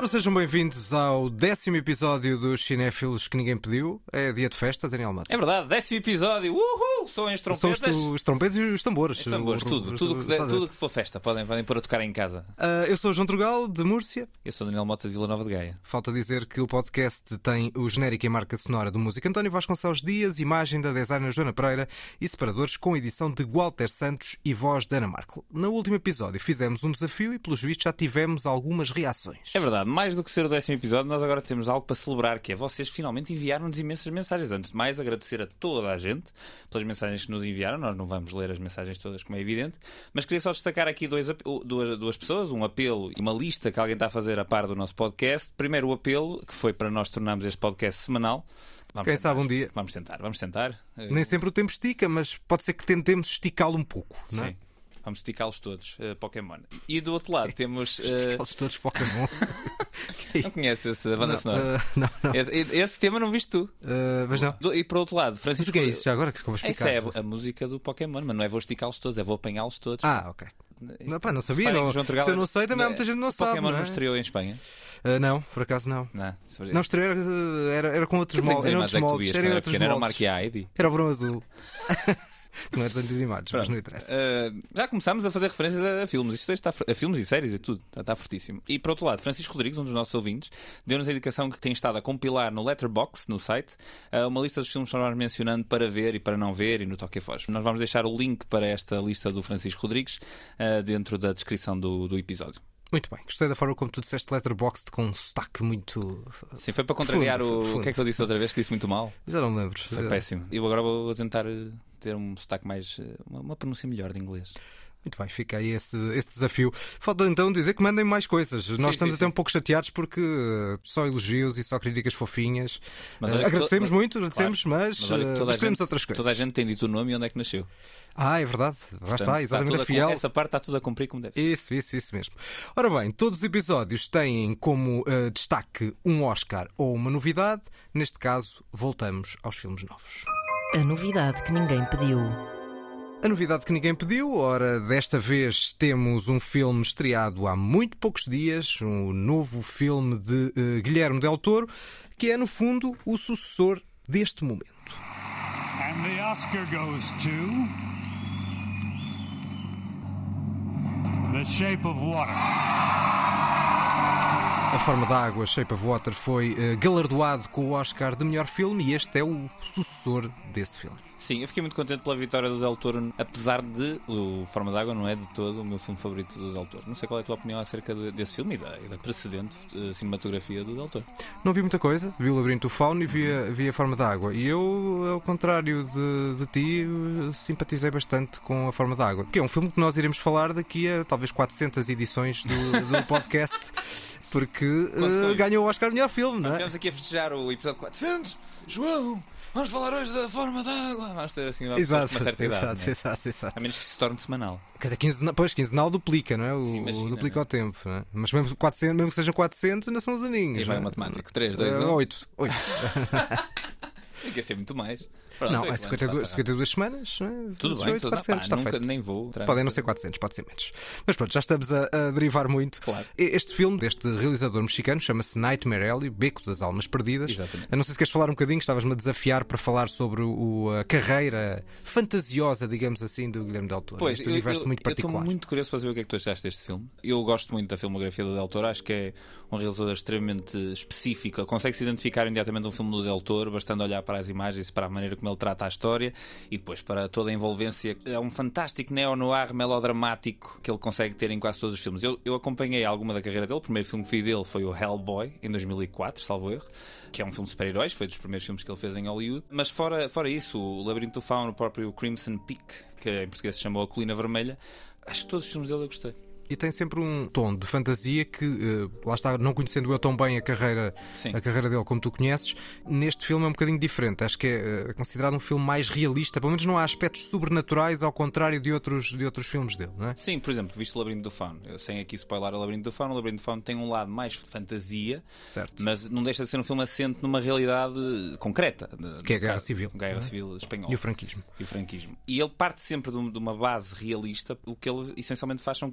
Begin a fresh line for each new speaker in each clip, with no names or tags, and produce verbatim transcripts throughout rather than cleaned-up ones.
Ora, sejam bem-vindos ao décimo episódio dos Cinéfilos que ninguém pediu. É dia de festa, Daniel Matos.
É verdade, décimo episódio. Uhul! São as trompetas.
São os, os trompetas e os tambores.
Os tambores, tudo. Tudo que, tudo que for festa. Podem, podem pôr a tocar em casa.
Uh, eu sou o João Trugal, de Múrcia.
Eu sou o Daniel Mota, de Vila Nova de Gaia.
Falta dizer que o podcast tem o genérico e a marca sonora do músico António Vasconcelos Dias, imagem da designer Joana Pereira e separadores com edição de Walter Santos e voz de Ana Markel. No último episódio fizemos um desafio e, pelos vistos, já tivemos algumas reações.
É verdade, mais do que ser o décimo episódio, nós agora temos algo para celebrar, que é vocês finalmente enviaram-nos imensas mensagens. Antes de mais, agradecer a toda a gente pelas mensagens que nos enviaram. Nós não vamos ler as mensagens todas, como é evidente, mas queria só destacar aqui dois, duas, duas pessoas, um apelo e uma lista que alguém está a fazer a par do nosso podcast. Primeiro o apelo, que foi para nós tornarmos este podcast semanal. Vamos
Quem
tentar.
sabe um dia.
Vamos tentar, vamos tentar.
Nem sempre o tempo estica, mas pode ser que tentemos esticá-lo um pouco, não é?
Sim. Vamos esticá-los todos, uh, Pokémon. E do outro lado temos... Uh...
Esticá-los todos, Pokémon.
Não conheces essa banda
não,
sonora?
Uh, não, não.
Esse, esse tema não viste tu.
Uh, mas não.
E por outro lado, Francisco...
Mas o que é isso já agora que vou explicar?
Essa é a música do Pokémon, mas não é vou esticá-los todos, é vou apanhá-los todos.
Ah, ok. Não, pá, não sabia, não. Se eu não sei, também há muita gente que não sabe.
Pokémon
não, é?
não estreou em Espanha?
Uh, não, por acaso não.
Não,
não estreou, era, era com outros moldes. Eram outros moldes. Era, outros
era o
moldes.
Marquia Heidi.
Era o Verão Azul. Não é desenhos animados, mas não interessa.
Uh, já começámos a fazer referências a filmes. Isto está a filmes e séries e tudo. Está, está fortíssimo. E por outro lado, Francisco Rodrigues, um dos nossos ouvintes, deu-nos a indicação que tem estado a compilar no Letterboxd, no site, uh, uma lista dos filmes que nós mencionando para ver e para não ver e no Toque e Foz. Nós vamos deixar o link para esta lista do Francisco Rodrigues uh, dentro da descrição do, do episódio.
Muito bem, gostei da forma como tu disseste Letterboxd com um sotaque muito...
Sim, foi para contrariar
fundo,
o...
fundo.
O que é que eu disse outra vez? Que disse muito mal.
Já não me lembro.
Foi péssimo. Eu agora vou tentar ter um sotaque mais... Uma, uma pronúncia melhor de inglês.
Muito bem, fica aí esse, esse desafio. Falta então dizer que mandem mais coisas.
Sim,
Nós estamos
sim,
até
sim.
um pouco chateados porque só elogios e só críticas fofinhas.
Mas,
uh,
olha,
agradecemos
to...
muito, agradecemos,
claro.
mas,
mas, olha,
uh,
toda
mas queremos
gente,
outras coisas.
Toda a gente tem dito o nome e onde é que nasceu.
Ah, é verdade. Lá
Portanto,
está, exatamente
está
a fiel.
A essa parte está tudo a cumprir como deve ser.
Isso, isso, isso mesmo. Ora bem, todos os episódios têm como uh, destaque um Oscar ou uma novidade. Neste caso, voltamos aos filmes novos.
A novidade que ninguém pediu.
A novidade que ninguém pediu, ora, desta vez temos um filme estreado há muito poucos dias, um novo filme de uh, Guilherme Del Toro, que é, no fundo, o sucessor deste momento.
And the Oscar goes to The Shape of Water.
A Forma d'Água, Shape of Water, foi uh, galardoado com o Oscar de melhor filme e este é o sucessor desse filme.
Sim, eu fiquei muito contente pela vitória do Del Toro, apesar de o Forma d'Água não é de todo o meu filme favorito do Del Toro. Não sei qual é a tua opinião acerca desse filme e da, e da precedente uh, cinematografia do Del Toro.
Não vi muita coisa, vi o Labirinto do Fauno e vi a, vi a Forma d'Água. E eu, ao contrário de, de ti, simpatizei bastante com a Forma d'Água, que é um filme que nós iremos falar daqui a talvez quatrocentas edições do, do podcast, porque uh, ganhou o Oscar de melhor filme, não é?
Estamos aqui a festejar o episódio quatrocentos. João, vamos falar hoje da Forma d'Água. Vamos ter assim uma,
exato,
com uma certa idade.
exato,
Né?
exato, exato.
A menos que se torne semanal.
Quer dizer, quinzenal, pois, quinzenal duplica, não é? O,
Sim, imagina,
o duplica
não é?
o tempo, não é? Mas mesmo, quatrocentos, mesmo que sejam quatrocentos, ainda são os aninhos.
E vai
não
o
é?
matemático. três, dois, um.
oito. oito.
Tem que ser muito mais. Pronto,
Não,
oito
é cinquenta e duas,
anos,
cinquenta e duas semanas, não é?
Tudo
Vezes
bem,
oito,
tudo,
quatrocentos,
pá,
está
nunca,
feito.
nem vou.
Podem não ser quatrocentos, pode ser menos. Mas pronto, já estamos a, a derivar muito.
Claro.
Este filme deste realizador mexicano chama-se Nightmare Alley, Beco das Almas Perdidas.
Exatamente.
Eu não sei se queres falar um bocadinho, estavas-me a desafiar para falar sobre o, a carreira fantasiosa, digamos assim, do Guilherme Del Toro.
Pois,
este
eu,
universo
eu,
muito
eu
particular.
estou muito curioso para saber o que é que tu achaste deste filme. Eu gosto muito da filmografia do Del Toro, acho que é um realizador extremamente específico. Consegue-se identificar imediatamente um filme do Del Toro, bastando olhar para as imagens e para a maneira como ele trata a história e depois para toda a envolvência. É um fantástico neo-noir melodramático que ele consegue ter em quase todos os filmes. Eu, eu acompanhei alguma da carreira dele. O primeiro filme que vi dele foi o Hellboy, em dois mil e quatro, salvo erro, que é um filme de super-heróis, foi dos primeiros filmes que ele fez em Hollywood. Mas fora, fora isso, o Labirinto do Fauno, o próprio Crimson Peak, que em português se chamou A Colina Vermelha, acho que todos os filmes dele eu gostei.
E tem sempre um tom de fantasia que, uh, lá está, não conhecendo eu tão bem a carreira, a carreira dele como tu conheces, neste filme é um bocadinho diferente. Acho que é uh, considerado um filme mais realista. Pelo menos não há aspectos sobrenaturais, ao contrário de outros, de outros filmes dele, não é?
Sim, por exemplo, viste o Labirinto do Fauno. Eu sem aqui spoiler o Labirinto do Fauno. O Labirinto do Fauno tem um lado mais fantasia,
certo,
mas não deixa de ser um filme assente numa realidade concreta. De,
que é a Guerra Civil.
Guerra Civil Espanhola.
E o franquismo.
E o franquismo. E ele parte sempre de uma base realista. O que ele essencialmente faz são contos morais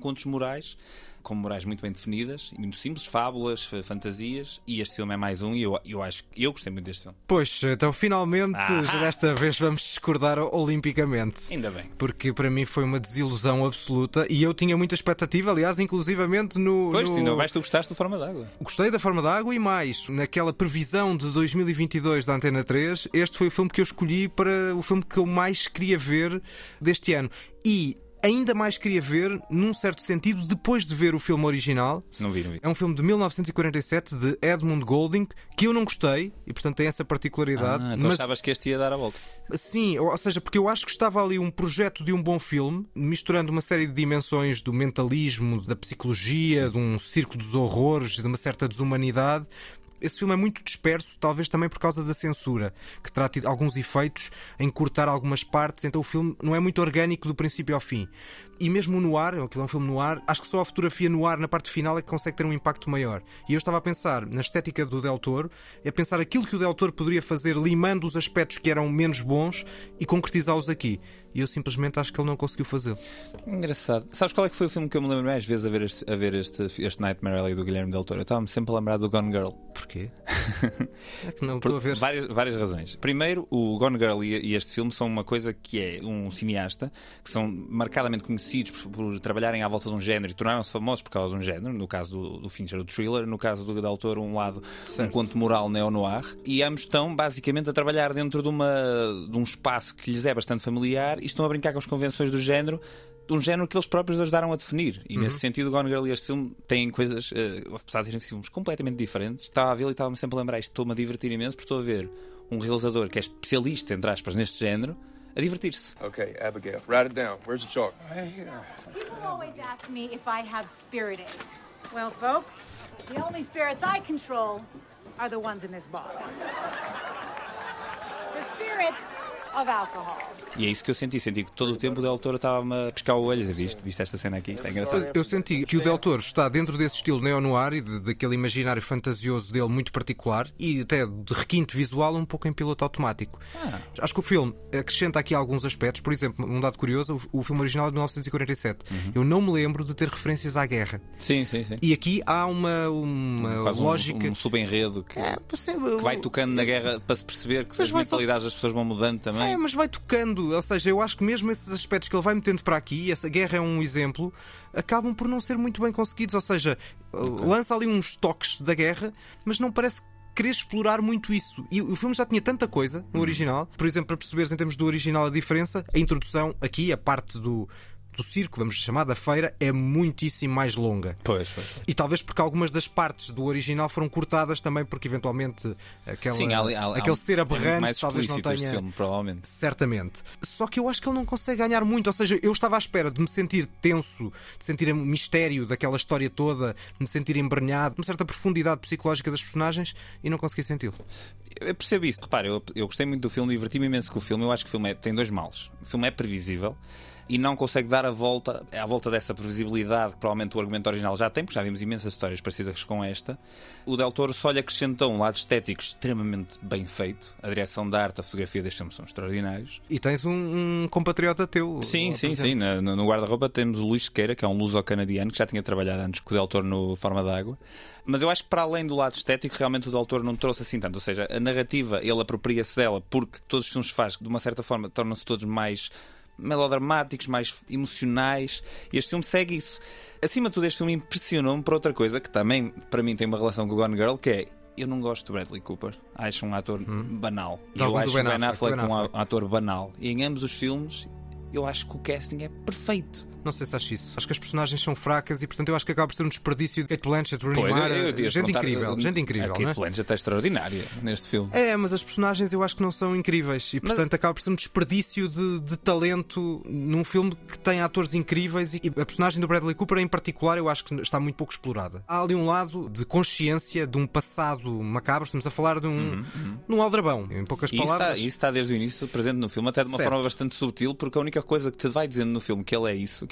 morais, com morais muito bem definidas, muito simples, fábulas, fantasias, e este filme é mais um, e eu, eu acho que eu gostei muito deste filme.
Pois, então finalmente,
Ah-ha.
já desta vez vamos discordar olimpicamente.
Ainda bem.
Porque para mim foi uma desilusão absoluta e eu tinha muita expectativa, aliás, inclusivamente no...
Pois,
no...
ainda mais tu gostaste do Forma d'Água.
Gostei da Forma d'Água e mais, naquela previsão de dois mil e vinte e dois da Antena três, este foi o filme que eu escolhi para o filme que eu mais queria ver deste ano. E ainda mais queria ver, num certo sentido, depois de ver o filme original.
Não vi, não vi.
É um filme de mil novecentos e quarenta e sete de Edmund Golding, que eu não gostei e, portanto, tem essa particularidade.
Ah, tu
mas...
achavas que este ia dar a volta?
Sim, ou seja, porque eu acho que estava ali um projeto de um bom filme, misturando uma série de dimensões do mentalismo, da psicologia, Sim. de um circo dos horrores, de uma certa desumanidade. Esse filme é muito disperso, talvez também por causa da censura, que terá tido alguns efeitos em cortar algumas partes, então o filme não é muito orgânico do princípio ao fim. E mesmo o noir, aquilo é um filme noir, acho que só a fotografia noir na parte final é que consegue ter um impacto maior. E eu estava a pensar na estética do Del Toro, a pensar aquilo que o Del Toro poderia fazer limando os aspectos que eram menos bons e concretizá-los aqui. E eu simplesmente acho que ele não conseguiu fazê-lo.
Engraçado. Sabes qual é que foi o filme que eu me lembro mais vezes a ver este, a ver este, este Nightmare Alley do Guilherme Del Toro? Eu estava-me sempre a lembrar do Gone Girl.
Porquê? É que não estou a ver.
Várias, várias razões. Primeiro, o Gone Girl e, e este filme são uma coisa que é um cineasta, que são marcadamente conhecidos por, por trabalharem à volta de um género e tornaram-se famosos por causa de um género. No caso do, do Fincher, o thriller. No caso do Del Toro, um lado, certo. um conto moral neo-noir. E ambos estão basicamente a trabalhar dentro de, uma, de um espaço que lhes é bastante familiar e estão a brincar com as convenções do género, de um género que eles próprios ajudaram a definir. E uhum. nesse sentido, Gone Girl e este filme têm coisas, uh, apesar de serem filmes completamente diferentes. Estava a vê-lo e estava-me sempre a lembrar isto. Estou-me a divertir imenso porque estou a ver um realizador que é especialista, entre aspas, neste género, a divertir-se.
Ok, Abigail, write it down. Where's the chalk?
Right here. People always ask me if I have spirit aid. Well, folks, the only spirits I control are the ones in this bottle. The spirits of alcohol.
E é isso que eu senti. Senti que todo o tempo o Del Toro estava-me a pescar o olho. Viste? Viste esta cena aqui? Isto é engraçado.
Eu senti que o Del Toro está dentro desse estilo neo-noir e de, daquele imaginário fantasioso dele muito particular e até de requinte visual um pouco em piloto automático. Ah. Acho que o filme acrescenta aqui alguns aspectos. Por exemplo, um dado curioso, o, o filme original é de mil novecentos e quarenta e sete. Uhum. Eu não me lembro de ter referências à guerra.
Sim, sim, sim.
E aqui há uma, uma
Quase
lógica...
Um, um subenredo que,
é,
que vai tocando na guerra para se perceber que as mentalidades das pessoas vão mudando também.
É, mas vai tocando. Ou seja, eu acho que mesmo esses aspectos que ele vai metendo para aqui, e essa guerra é um exemplo, acabam por não ser muito bem conseguidos. Ou seja, okay. lança ali uns toques da guerra, mas não parece querer explorar muito isso. E o filme já tinha tanta coisa no original. Por exemplo, para perceberes em termos do original a diferença, a introdução aqui, a parte do... do circo, vamos chamar da feira, é muitíssimo mais longa.
Pois, pois.
E talvez porque algumas das partes do original foram cortadas também, porque eventualmente aquela,
Sim, há, há,
aquele
há,
ser aberrante
mais
talvez não tenha.
Filme, provavelmente.
Certamente. Só que eu acho que ele não consegue ganhar muito. Ou seja, eu estava à espera de me sentir tenso, de sentir o mistério daquela história toda, de me sentir embrenhado, uma certa profundidade psicológica das personagens e não consegui senti-lo.
Eu percebo isso. Repara, eu, eu gostei muito do filme, diverti-me imenso com o filme. Eu acho que o filme é, tem dois males. O filme é previsível e não consegue dar a volta à volta dessa previsibilidade que provavelmente o argumento original já tem, porque já vimos imensas histórias parecidas com esta. O Del Toro só lhe acrescentou um lado estético extremamente bem feito. A direção da arte, a fotografia deste filme são extraordinários.
E tens um, um compatriota teu.
Sim, sim, sim. No, no guarda-roupa temos o Luís Sequeira, que é um luso-canadiano que já tinha trabalhado antes com o Del Toro no Forma d'Água. Mas eu acho que para além do lado estético, realmente o Del Toro não trouxe assim tanto. Ou seja, a narrativa, ele apropria-se dela porque todos os filmes que faz, de uma certa forma, tornam-se todos mais melodramáticos, mais emocionais, e este filme segue isso. Acima de tudo, este filme impressionou-me por outra coisa que também para mim tem uma relação com o Gone Girl, que é: eu não gosto do Bradley Cooper, acho um ator hum. banal. E eu acho o Ben Affleck um ator banal, e em ambos os filmes eu acho que o casting é perfeito.
Não sei se acho isso. Acho que as personagens são fracas e, portanto, eu acho que acaba por ser um desperdício de Kate Blanchett, Rooney Mara, gente contar, incrível, gente incrível.
A Kate Blanchett é extraordinária neste filme.
É, mas as personagens eu acho que não são incríveis e, portanto, mas... acaba por ser um desperdício de, de talento num filme que tem atores incríveis e a personagem do Bradley Cooper, em particular, eu acho que está muito pouco explorada. Há ali um lado de consciência de um passado macabro. Estamos a falar de um, uhum, uhum. num aldrabão, em poucas
e
palavras.
Isso está, isso está desde o início presente no filme, até de uma
certo.
forma bastante subtil, porque a única coisa que te vai dizendo no filme que ele é isso, que ele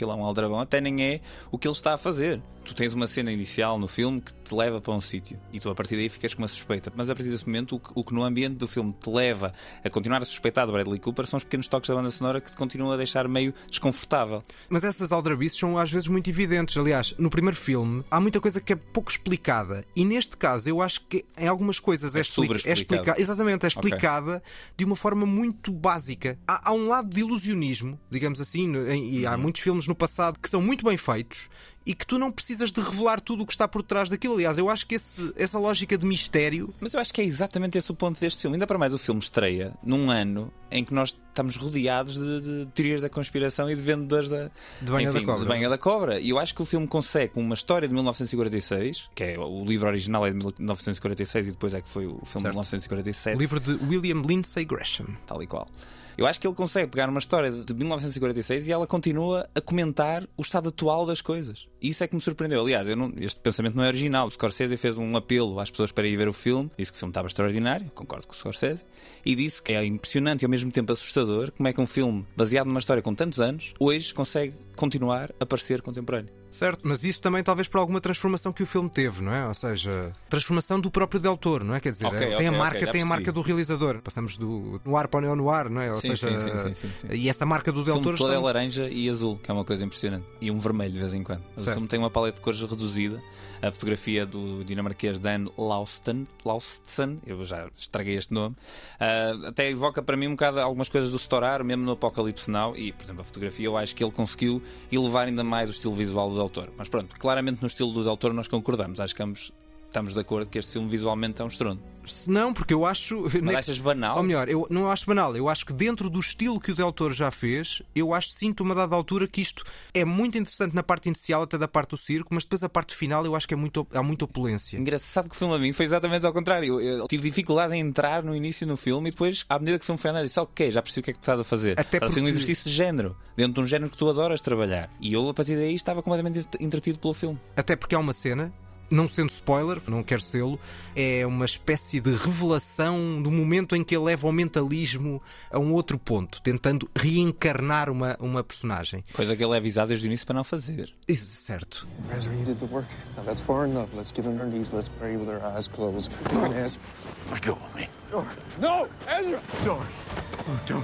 aquilo é um aldrabão, até nem é o que ele está a fazer. Tu tens uma cena inicial no filme que te leva para um sítio e tu a partir daí ficas com uma suspeita, mas a partir desse momento o que, o que no ambiente do filme te leva a continuar a suspeitar do Bradley Cooper são os pequenos toques da banda sonora que te continuam a deixar meio desconfortável.
Mas essas aldrabices são às vezes muito evidentes. Aliás, no primeiro filme há muita coisa que é pouco explicada e neste caso eu acho que em algumas coisas é,
É
explica, é explicada, exatamente, é explicada okay. de uma forma muito básica. Há, há um lado de ilusionismo, digamos assim, e há muitos filmes no passado que são muito bem feitos e que tu não precisas de revelar tudo o que está por trás daquilo. Aliás, eu acho que esse, essa lógica de mistério...
Mas eu acho que é exatamente esse o ponto deste filme. Ainda para mais, o filme estreia num ano em que nós estamos rodeados de, de teorias da conspiração e de vendedores da...
De banha
enfim,
da cobra.
De banha da cobra. E eu acho que o filme consegue uma história de mil novecentos e quarenta e seis, que é o livro original é de mil novecentos e quarenta e seis e depois é que foi o filme certo. de mil novecentos e quarenta e sete.
O livro de William Lindsay Gresham.
Tal e qual. Eu acho que ele consegue pegar uma história de mil novecentos e quarenta e seis e ela continua a comentar o estado atual das coisas. E isso é que me surpreendeu. Aliás, eu não, este pensamento não é original. O Scorsese fez um apelo às pessoas para ir ver o filme. Disse que o filme estava extraordinário, concordo com o Scorsese. E disse que é impressionante e ao mesmo tempo assustador como é que um filme baseado numa história com tantos anos hoje consegue continuar a parecer contemporâneo.
Certo, mas isso também talvez por alguma transformação que o filme teve, não é? Ou seja, transformação do próprio Del Toro, não é? Quer dizer,
okay,
tem
okay,
a marca,
okay,
tem a marca do realizador. Passamos do noir para o neo-noir, não é? Ou
sim,
seja,
sim, sim, sim, sim, sim.
E essa marca do Del Toro...
O filme todo
está...
é laranja e azul, que é uma coisa impressionante. E um vermelho de vez em quando. O filme tem uma paleta de cores reduzida. A fotografia do dinamarquês Dan Laustsen, Laustsen, eu já estraguei este nome, uh, até evoca para mim um bocado algumas coisas do Storar, mesmo no Apocalipse Now. E, por exemplo, a fotografia eu acho que ele conseguiu elevar ainda mais o estilo visual do Del Toro. Mas pronto, claramente no estilo do Del Toro nós concordamos. Acho que ambos estamos de acordo que este filme visualmente é um estrondo.
Não, porque eu acho...
Mas achas banal?
Ou melhor, eu não acho banal. Eu acho que dentro do estilo que o Del Toro já fez, eu acho, sinto uma dada altura que isto é muito interessante na parte inicial, até da parte do circo, mas depois a parte final eu acho que é muito, há muita opulência.
Engraçado que o filme a mim foi exatamente ao contrário. Eu, eu tive dificuldade em entrar no início no filme e depois, à medida que o filme foi andando, eu disse, ok, já percebi o que é que tu estás a fazer.
Até
porque... um exercício de género, dentro de um género que tu adoras trabalhar. E eu, a partir daí, estava completamente entretido pelo filme.
Até porque há uma cena... Não sendo spoiler, não quero sê-lo, é uma espécie de revelação do momento em que ele leva o mentalismo a um outro ponto, tentando reencarnar uma, uma personagem.
Coisa que ele é avisado desde o início para não fazer.
Isso, certo.
Ezra, you did the work. Now that's far enough. Let's get on our knees. Let's pray with our eyes closed. Come on, Ezra.
Let go of me.
Dory. No! Ezra!
Dory. Oh, Dory.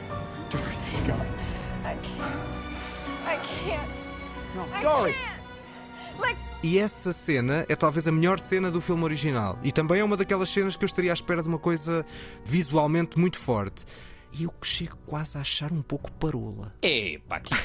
Dory. God.
I can't. I can't.
No,
I
Dory.
can't. Like...
E essa cena é talvez a melhor cena do filme original. E também é uma daquelas cenas que eu estaria à espera de uma coisa visualmente muito forte. E eu que chego quase a achar um pouco parola.
É, pá, que...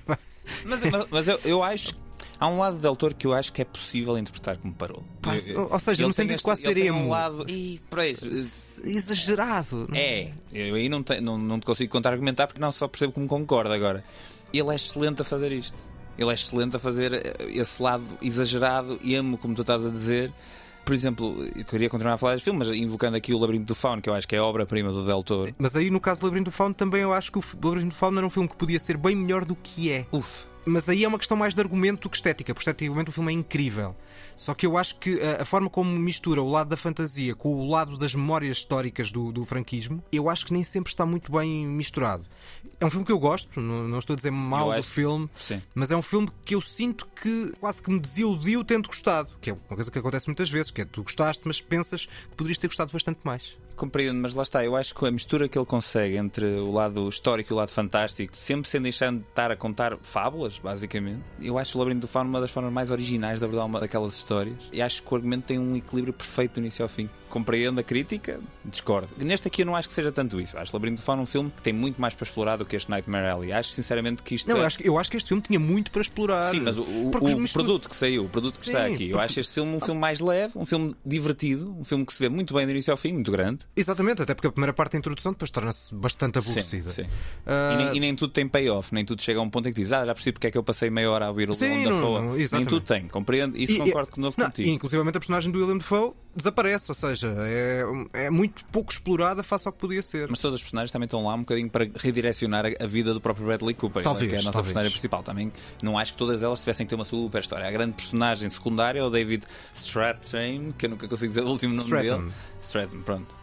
mas, mas, mas eu, eu acho que há um lado do Del Toro que eu acho que é possível interpretar como parola.
Eu, ou seja, no sentido de quase ser emo.
Um lado... Ih, pois,
exagerado.
É, eu aí não te, não, não te consigo contar argumentar porque não só percebo como concordo agora. Ele é excelente a fazer isto. Ele é excelente a fazer esse lado exagerado, emo, como tu estás a dizer. Por exemplo, eu queria continuar a falar deste filme, mas invocando aqui o Labirinto do Fauno, que eu acho que é a obra-prima do Del Toro.
Mas aí, no caso do Labirinto do Fauno, também eu acho que o Labirinto do Fauno era um filme que podia ser bem melhor do que é.
Uf.
Mas aí é uma questão mais de argumento do que estética, porque esteticamente o filme é incrível. Só que eu acho que a, a forma como mistura o lado da fantasia com o lado das memórias históricas do, do franquismo, eu acho que nem sempre está muito bem misturado. É um filme que eu gosto, não, não estou a dizer mal do filme,
sim.
Mas é um filme que eu sinto que quase que me desiludiu tendo gostado. Que é uma coisa que acontece muitas vezes, que é tu gostaste, mas pensas que poderias ter gostado bastante mais.
Compreendo, mas lá está, eu acho que a mistura que ele consegue entre o lado histórico e o lado fantástico, sempre sem deixar de estar a contar fábulas, basicamente. Eu acho o Labirinto do Fauno uma das formas mais originais de abordar uma daquelas histórias. E acho que o argumento tem um equilíbrio perfeito do início ao fim. Compreendo a crítica, discordo. Neste aqui eu não acho que seja tanto isso. Acho o Labirinto do Fauno um filme que tem muito mais para explorar do que este Nightmare Alley. Acho sinceramente que isto
Não,
é...
eu, acho, eu acho que este filme tinha muito para explorar.
Sim, mas o, o, o mistura... produto que saiu, o produto que Sim, está aqui, porque... eu acho este filme um filme mais leve, um filme divertido, um filme que se vê muito bem do início ao fim, muito grande.
Exatamente, até porque a primeira parte da introdução depois torna-se bastante aborrecida.
Sim, sim. Uh... E, nem, e nem tudo tem payoff, nem tudo chega a um ponto em que diz, ah, já percebi porque é que eu passei meia hora a ouvir o William Dafoe. Nem tudo tem, compreendo, isso e, concordo de novo
não,
contigo.
E, inclusivamente a personagem do William Dafoe desaparece, ou seja, é, é muito pouco explorada face ao que podia ser.
Mas todas as personagens também estão lá um bocadinho para redirecionar a, a vida do próprio Bradley Cooper,
talvez,
que é a nossa
talvez.
personagem principal. Também não acho que todas elas tivessem que ter uma super história. A grande personagem secundária é o David Strathairn, que eu nunca consigo dizer o último nome
Stratham.
dele. Stratham, pronto.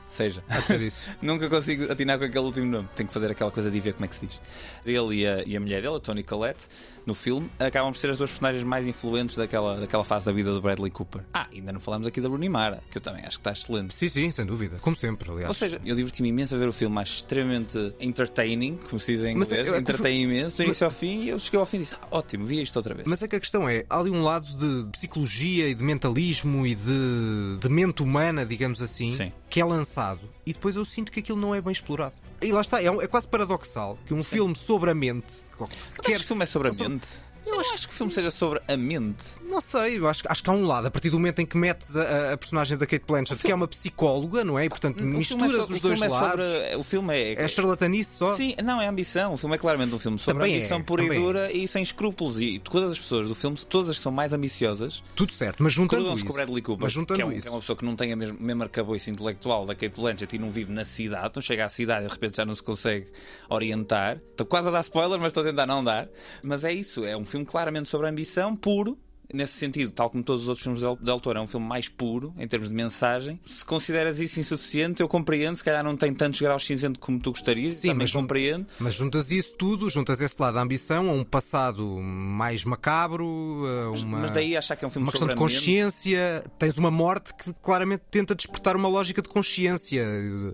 seja.
Há de ser isso.
Nunca consigo atinar com aquele último nome. Tenho que fazer aquela coisa de ver como é que se diz. Ele e a, e a mulher dele, a Toni Collette, no filme, acabam por ser as duas personagens mais influentes daquela, daquela fase da vida do Bradley Cooper. Ah, ainda não falamos aqui da Rooney Mara, que eu também acho que está excelente.
Sim, sim, sem dúvida. Como sempre, aliás.
Ou seja, eu diverti-me imenso a ver o filme, acho extremamente entertaining, como se diz em
Mas
inglês.
é- é-
Entertain imenso, do início ao fim, e eu cheguei ao fim e disse: ah, ótimo, vi isto outra vez.
Mas é que a questão é, há ali um lado de psicologia e de mentalismo e de, de mente humana, digamos assim,
Sim.
que é lançado. E depois eu sinto que aquilo não é bem explorado. E lá está, é, um- é quase paradoxal que um filme sobre a mente...
Mas achas que o filme é sobre a
sobre-
mente? Eu não acho que o filme seja sobre a mente.
Não sei, eu acho, acho que há um lado, a partir do momento em que metes a, a personagem da Kate Blanchett, que é uma psicóloga, não é? E, portanto,
O filme é
misturas
so-
os
o
dois
filme é
lados.
sobre- o filme é.
É charlatanice só?
Sim, não, é ambição. O filme é claramente um filme sobre
Também
ambição
é,
pura e
também
dura e sem escrúpulos. E todas as pessoas do filme, todas as que são mais ambiciosas,
Tudo certo, mas juntando
cruzam-se
isso.
com o Bradley Cooper,
mas juntando
que, é um-
isso.
que é uma pessoa que não tem a mesma, mesmo arcabouço intelectual da Kate Blanchett e não vive na cidade, não chega à cidade e de repente já não se consegue orientar. Estou quase a dar spoiler, mas estou a tentar não dar. Mas é isso, é um filme claramente sobre a ambição, puro. Nesse sentido, tal como todos os outros filmes de autor, é um filme mais puro em termos de mensagem. Se consideras isso insuficiente, eu compreendo. Se calhar não tem tantos graus cinzento como tu gostarias.
Sim,
também
mas jun-
compreendo.
Mas juntas isso tudo, juntas esse lado da ambição a um passado mais macabro, a uma,
Mas daí achar que é um filme
uma questão
sobre
de
a mente.
consciência. Tens uma morte que claramente tenta despertar uma lógica de consciência.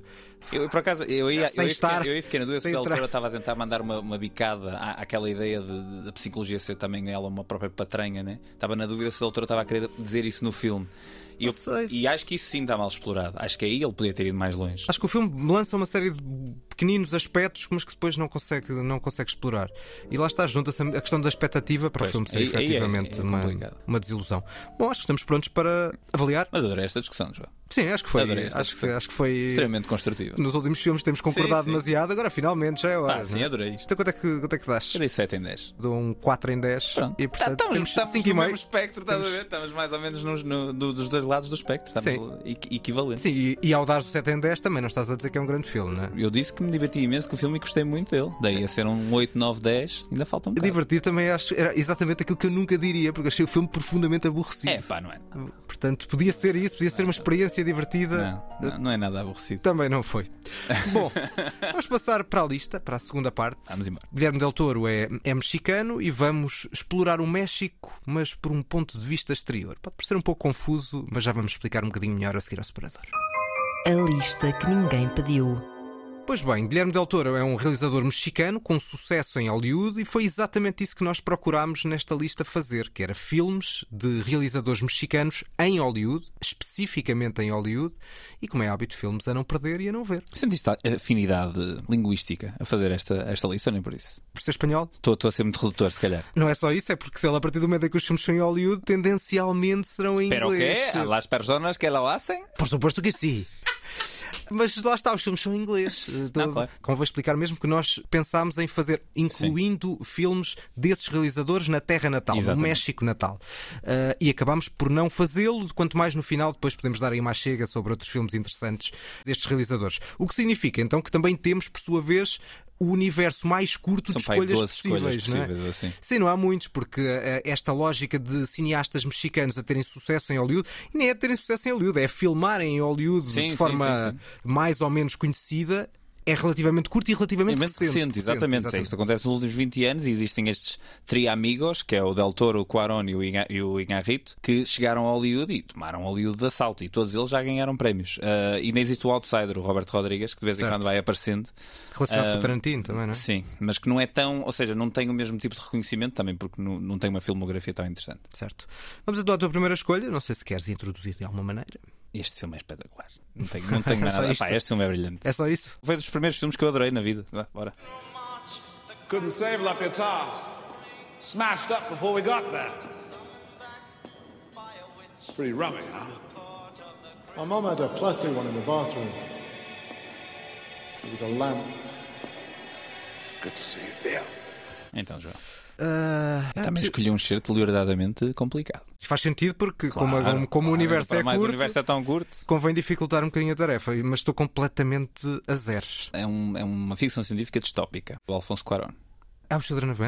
Eu, por acaso, eu ia,
Sem
eu ia,
estar-
ficar, eu ia ficar na dúvida se
sem
a
entrar.
autora estava a tentar mandar uma, uma bicada à, àquela ideia de, de, da psicologia ser também ela uma própria patranha, né? Estava na dúvida se a autora estava a querer dizer isso no filme. E, eu,
sei.
e acho que isso sim está mal explorado. Acho que aí ele podia ter ido mais longe.
Acho que o filme lança uma série de pequeninos aspectos, mas que depois não consegue, não consegue explorar. E lá está, junta-se a questão da expectativa para
Pois,
o filme ser
aí- aí é-
efetivamente
é
uma,
complicado.
uma desilusão. Bom, acho que estamos prontos para avaliar.
Mas adorei esta discussão, João.
Sim, acho que foi.
Adorei esta
Acho que,
discussão.
acho que foi.
Extremamente construtiva.
Nos últimos filmes temos concordado
Sim, sim.
demasiado, agora finalmente já é hora.
Pá, sim,
não é?
adorei isto.
Então quanto é que, quanto é que dás?
Eu dei sete em dez.
Dou um quatro em dez.
Pronto.
E portanto
estamos
temos
estamos
cinco
no
e meio.
mesmo espectro, estás a ver? Estamos mais ou menos nos- no- do- dos dois lados do espectro. Estamos equi- equivalentes.
Sim, e, e ao dares o sete em dez também não estás a dizer que é um grande filme, não é?
Eu disse que me diverti imenso com o filme e gostei muito dele. Daí a ser um oito, nove, dez, ainda falta um bocado.
Divertir também acho era exatamente aquilo que eu nunca diria, porque achei o filme profundamente aborrecido.
É pá, não é?
Portanto, podia ser isso, podia ser uma experiência divertida.
Não, não, não é nada aborrecido.
Também não foi. Bom, vamos passar para a lista, para a segunda parte.
Vamos embora.
Guilherme Del Toro é, é mexicano e vamos explorar o México, mas por um ponto de vista exterior. Pode parecer um pouco confuso, mas já vamos explicar um bocadinho melhor a seguir ao separador.
A lista que ninguém pediu.
Pois bem, Guilherme Del Toro é um realizador mexicano com sucesso em Hollywood e foi exatamente isso que nós procurámos nesta lista fazer, que era filmes de realizadores mexicanos em Hollywood, especificamente em Hollywood, e como é hábito, filmes a não perder e a não ver.
Sentiste afinidade linguística a fazer esta, esta lista ou nem por isso?
Por ser espanhol?
Estou, estou a ser muito redutor, se calhar.
Não é só isso, é porque se ele a partir do momento em que os filmes são em Hollywood, tendencialmente serão em
Pero
inglês.
quê? Las personas que lo hacen?
Por suposto que sim. Mas lá está, os filmes são em inglês. Então,
claro.
convém explicar mesmo que nós pensámos em fazer, incluindo filmes desses realizadores na terra natal,
Exatamente.
no México natal. Uh, e acabámos por não fazê-lo, quanto mais no final depois podemos dar aí mais chega sobre outros filmes interessantes destes realizadores. O que significa então que também temos, por sua vez, o universo mais curto
São
de
para aí
escolhas
doze
possíveis,
escolhas
não é?
possíveis, assim.
Sim, não há muitos, porque uh, esta lógica de cineastas mexicanos a terem sucesso em Hollywood, e nem é terem sucesso em Hollywood, é filmarem em Hollywood
Sim,
de
sim,
forma
sim, sim.
mais ou menos conhecida, é relativamente curto e relativamente
É muito
recente.
recente, exatamente.
recente,
Isto acontece nos últimos vinte anos e existem estes três amigos, que é o Del Toro, o Cuarón e o Iña- e o Iñárritu, que chegaram a Hollywood e tomaram Hollywood de assalto. E todos eles já ganharam prémios. Uh, e ainda existe o Outsider, o Robert Rodrigues, que de vez em
Certo.
quando vai aparecendo.
Relacionado
Ah,
com o Tarantino também, não é?
Sim, mas que não é tão, ou seja, não tem o mesmo tipo de reconhecimento também, porque não, não tem uma filmografia tão interessante.
Certo. Vamos então à tua primeira escolha. Não sei se queres introduzir de alguma maneira.
Este filme é espetacular. Não tenho, não tenho mais
Só
nada.
isto?
Pá, este filme é brilhante.
É só isso?
Foi dos primeiros filmes que eu adorei na vida. Vá, bora.
Couldn't save La Pietà. Smashed up before we got there. Pretty rummy, huh?
My mum had a plastic one in the bathroom. It was a lamp.
Good to see you, Theo.
Então, João.
Ah,
Também escolhi um certo deliberadamente complicado.
faz sentido porque, como,
Claro,
como o
claro,
universo
para
é
mais,
curto,
o universo é tão curto.
convém dificultar um bocadinho a tarefa. Mas estou completamente a zeros.
É, um, é uma ficção científica distópica. O Alfonso Cuarón.
Ah, o Children of Men?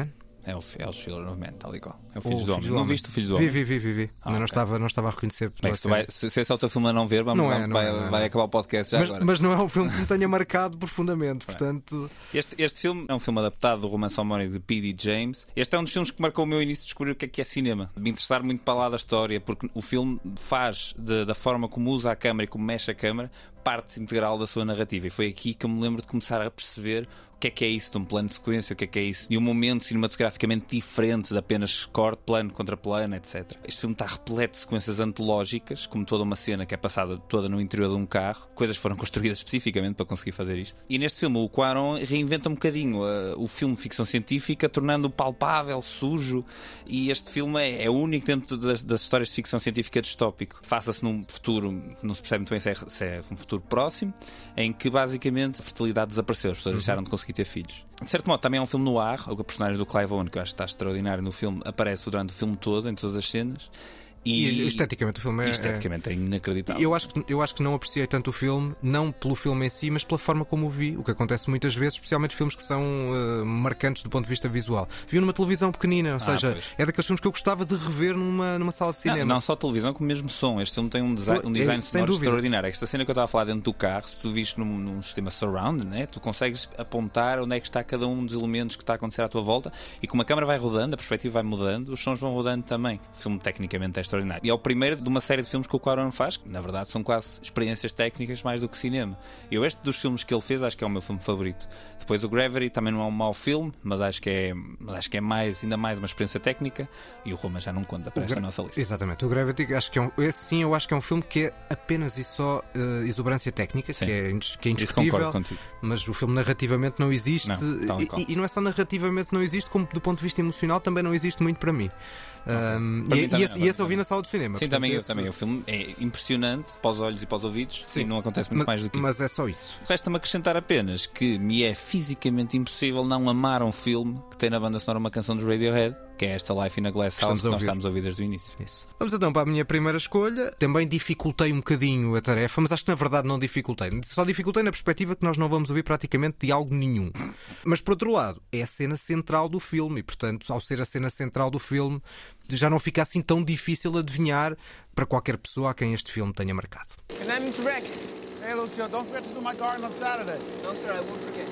É o, é o Children of Men, tal e qual. É o Filhos
O
do Homem.
Filhos do
Não
Homem.
viste o Filhos do
Vi,
Homem?
vi, vi, vi, vi.
Ah,
mas não,
ok.
estava, não estava a reconhecer.
Bem,
pela
se, tu vai,
cena.
se, se esse é o teu filme a não ver, vamos,
Não é,
vamos-
não
vai,
é, não é,
vai
não.
acabar o podcast já
Mas,
agora.
mas não é um filme que me tenha marcado profundamente, portanto.
Este, este filme é um filme adaptado do romance homónimo de P D James. Este é um dos filmes que marcou o meu início de descobrir o que é que é cinema, de me interessar muito para lá da história, porque o filme faz de- da forma como usa a câmara e como mexe a câmara parte integral da sua narrativa. E foi aqui que eu me lembro de começar a perceber o que é que é isso de um plano de sequência, o que é que é isso de um momento cinematograficamente diferente de apenas corte, plano contra plano, etcétera. Este filme está repleto de sequências antológicas, como toda uma cena que é passada toda no interior de um carro. Coisas foram construídas especificamente para conseguir fazer isto. E neste filme o Cuarón reinventa um bocadinho uh, o filme de ficção científica, tornando-o palpável, sujo. E este filme é, é único dentro das, das histórias de ficção científica distópico. Faça-se num futuro que não se percebe muito bem se é, se é um futuro próximo, em que basicamente a fertilidade desapareceu, as pessoas deixaram de conseguir ter filhos. De certo modo, também é um filme no ar. O personagem do Clive Owen, que eu acho que está extraordinário no filme, aparece durante o filme todo, em todas as cenas.
E, e esteticamente o filme é.
e esteticamente é inacreditável.
Eu acho, que, eu acho que não apreciei tanto o filme, não pelo filme em si, mas pela forma como o vi. O que acontece muitas vezes, especialmente filmes que são uh, marcantes do ponto de vista visual. Vi numa televisão pequenina, ou
Ah,
seja,
pois.
é daqueles filmes que eu gostava de rever numa, numa sala de cinema.
Não, não só televisão, como mesmo som. Este filme tem um design, um
É,
design
sem
sonoro
dúvida.
extraordinário. Esta cena que eu estava a falar dentro do carro, se tu viste num, num sistema surround, né, tu consegues apontar onde é que está cada um dos elementos que está a acontecer à tua volta, e como a câmera vai rodando, a perspectiva vai mudando, os sons vão rodando também. O filme tecnicamente é extraordinário. E é o primeiro de uma série de filmes que o Cuarón faz, que na verdade são quase experiências técnicas mais do que cinema. Eu, este dos filmes que ele fez, acho que é o meu filme favorito. Depois o Gravity também não é um mau filme, mas acho que é, mas acho que é mais, ainda mais uma experiência técnica, e o Roma já não conta para esta
Gra-
nossa lista.
Exatamente, o Gravity, acho que é um, esse sim, eu acho que é um filme que é apenas e só uh, exuberância técnica,
Sim.
que é, indis- que é
Isso
indiscutível,
concordo contigo.
mas o filme narrativamente não existe.
Não, tal e qual.
e, e não é só narrativamente não existe, como do ponto de vista emocional também não existe muito para mim. Um,
Para
e,
mim também
e esse,
não,
e esse eu
também
vi
não.
na sala do cinema.
Sim,
portanto,
também, eu,
esse-
também. O filme é impressionante para os olhos e para os ouvidos,
Sim.
e não acontece muito
mas,
mais do que isso.
mas é só isso.
Resta-me acrescentar apenas que me é fisicamente impossível não amar um filme que tem na banda sonora uma canção dos Radiohead, que é esta Life in a Glass
Estamos
House, que
a
nós
ouvir.
estamos a ouvir desde o início.
Isso. Vamos então para a minha primeira escolha. Também dificultei um bocadinho a tarefa, mas acho que na verdade não dificultei. Só dificultei na perspectiva que nós não vamos ouvir praticamente diálogo nenhum. Mas por outro lado, é a cena central do filme e, portanto, ao ser a cena central do filme, já não fica assim tão difícil adivinhar para qualquer pessoa a quem este filme tenha marcado.
And then, Mister Rick. Hey, Lucio, don't forget to do my garden on Saturday.
No, sir, I won't forget.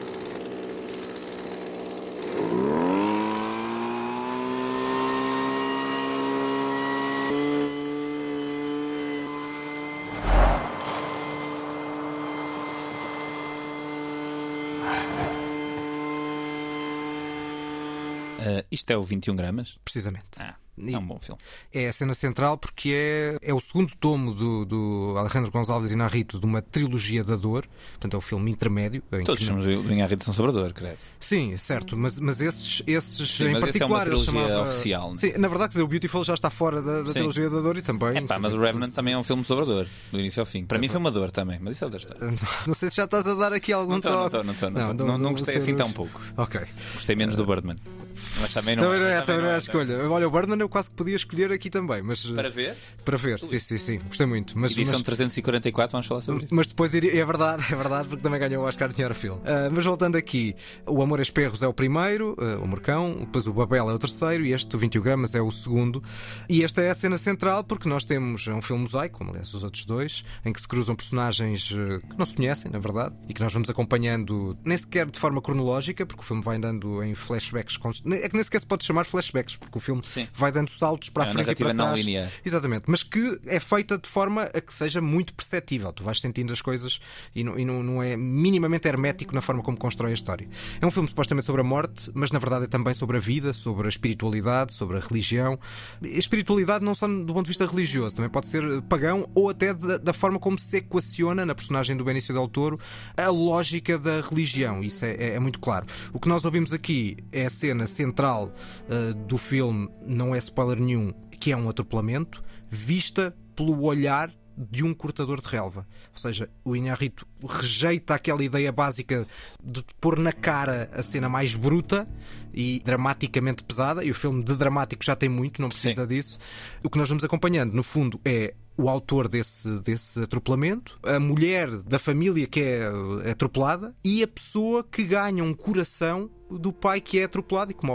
Uh, isto é o vinte e um gramas?
Precisamente.
Ah,
E-
é um bom filme.
É a cena central porque é, é o segundo tomo do, do Alejandro González Iñárritu de uma trilogia da dor. Portanto, é o filme intermédio. em
Todos
que
os
não-
filmes do Iñárritu são sobre a dor, credo.
Sim, certo, mas, mas esses, esses
Sim,
em
mas esse é uma
particular ele
trilogia
chamava...
oficial, não é?
Sim, na verdade, quer dizer, o Beautiful já está fora da, da
Sim.
trilogia da dor e também.
É pá, mas
quer
o
dizer,
Revenant também é um filme sobre a dor, do início ao fim. Para mim foi uma dor também, mas isso é outra história.
Não sei se já estás a dar aqui algum
Não estou, não
toque.
estou, não estou. Não, estou. Não, não gostei assim tão pouco.
Ok.
Gostei menos do Birdman. Mas também não,
Também não é, também não é a
é.
escolha. Olha, o Birdman eu quase que podia escolher aqui também, mas
Para ver?
para ver, sim, sim, sim, gostei muito. Mas,
Edição
mas,
trezentos e quarenta e quatro, vamos falar sobre isso.
mas depois iria, é verdade, é verdade, porque também ganhou o Oscar de melhor filme. Ah, mas voltando aqui, o Amor a Esperros é o primeiro, ah, o Morcão, depois o Babel é o terceiro e este, o vinte e um gramas, é o segundo. E esta é a cena central porque nós temos um filme mosaico, como aliás os outros dois, em que se cruzam personagens ah, que não se conhecem, na verdade, e que nós vamos acompanhando nem sequer de forma cronológica, porque o filme vai andando em flashbacks. const- É que nem sequer se pode chamar flashbacks, porque o filme
Sim.
vai dando saltos para
É
a
uma
frente e para
narrativa não
trás.
linear.
Exatamente, mas que é feita de forma a que seja muito perceptível. Tu vais sentindo as coisas e, não, e não, não é minimamente hermético na forma como constrói a história. É um filme supostamente sobre a morte, mas na verdade é também sobre a vida, sobre a espiritualidade, sobre a religião. A espiritualidade não só do ponto de vista religioso, também pode ser pagão ou até da, da forma como se equaciona na personagem do Benício del Toro a lógica da religião. Isso é, é, é muito claro. O que nós ouvimos aqui é a cena central uh, do filme, não é spoiler nenhum, que é um atropelamento, vista pelo olhar de um cortador de relva. Ou seja, o Iñárritu rejeita aquela ideia básica de pôr na cara a cena mais bruta e dramaticamente pesada, e o filme de dramático já tem muito, não precisa
Sim.
disso. O que nós vamos acompanhando, no fundo, é o autor desse, desse atropelamento, a mulher da família que é atropelada e a pessoa que ganha um coração do pai que é atropelado e que morre.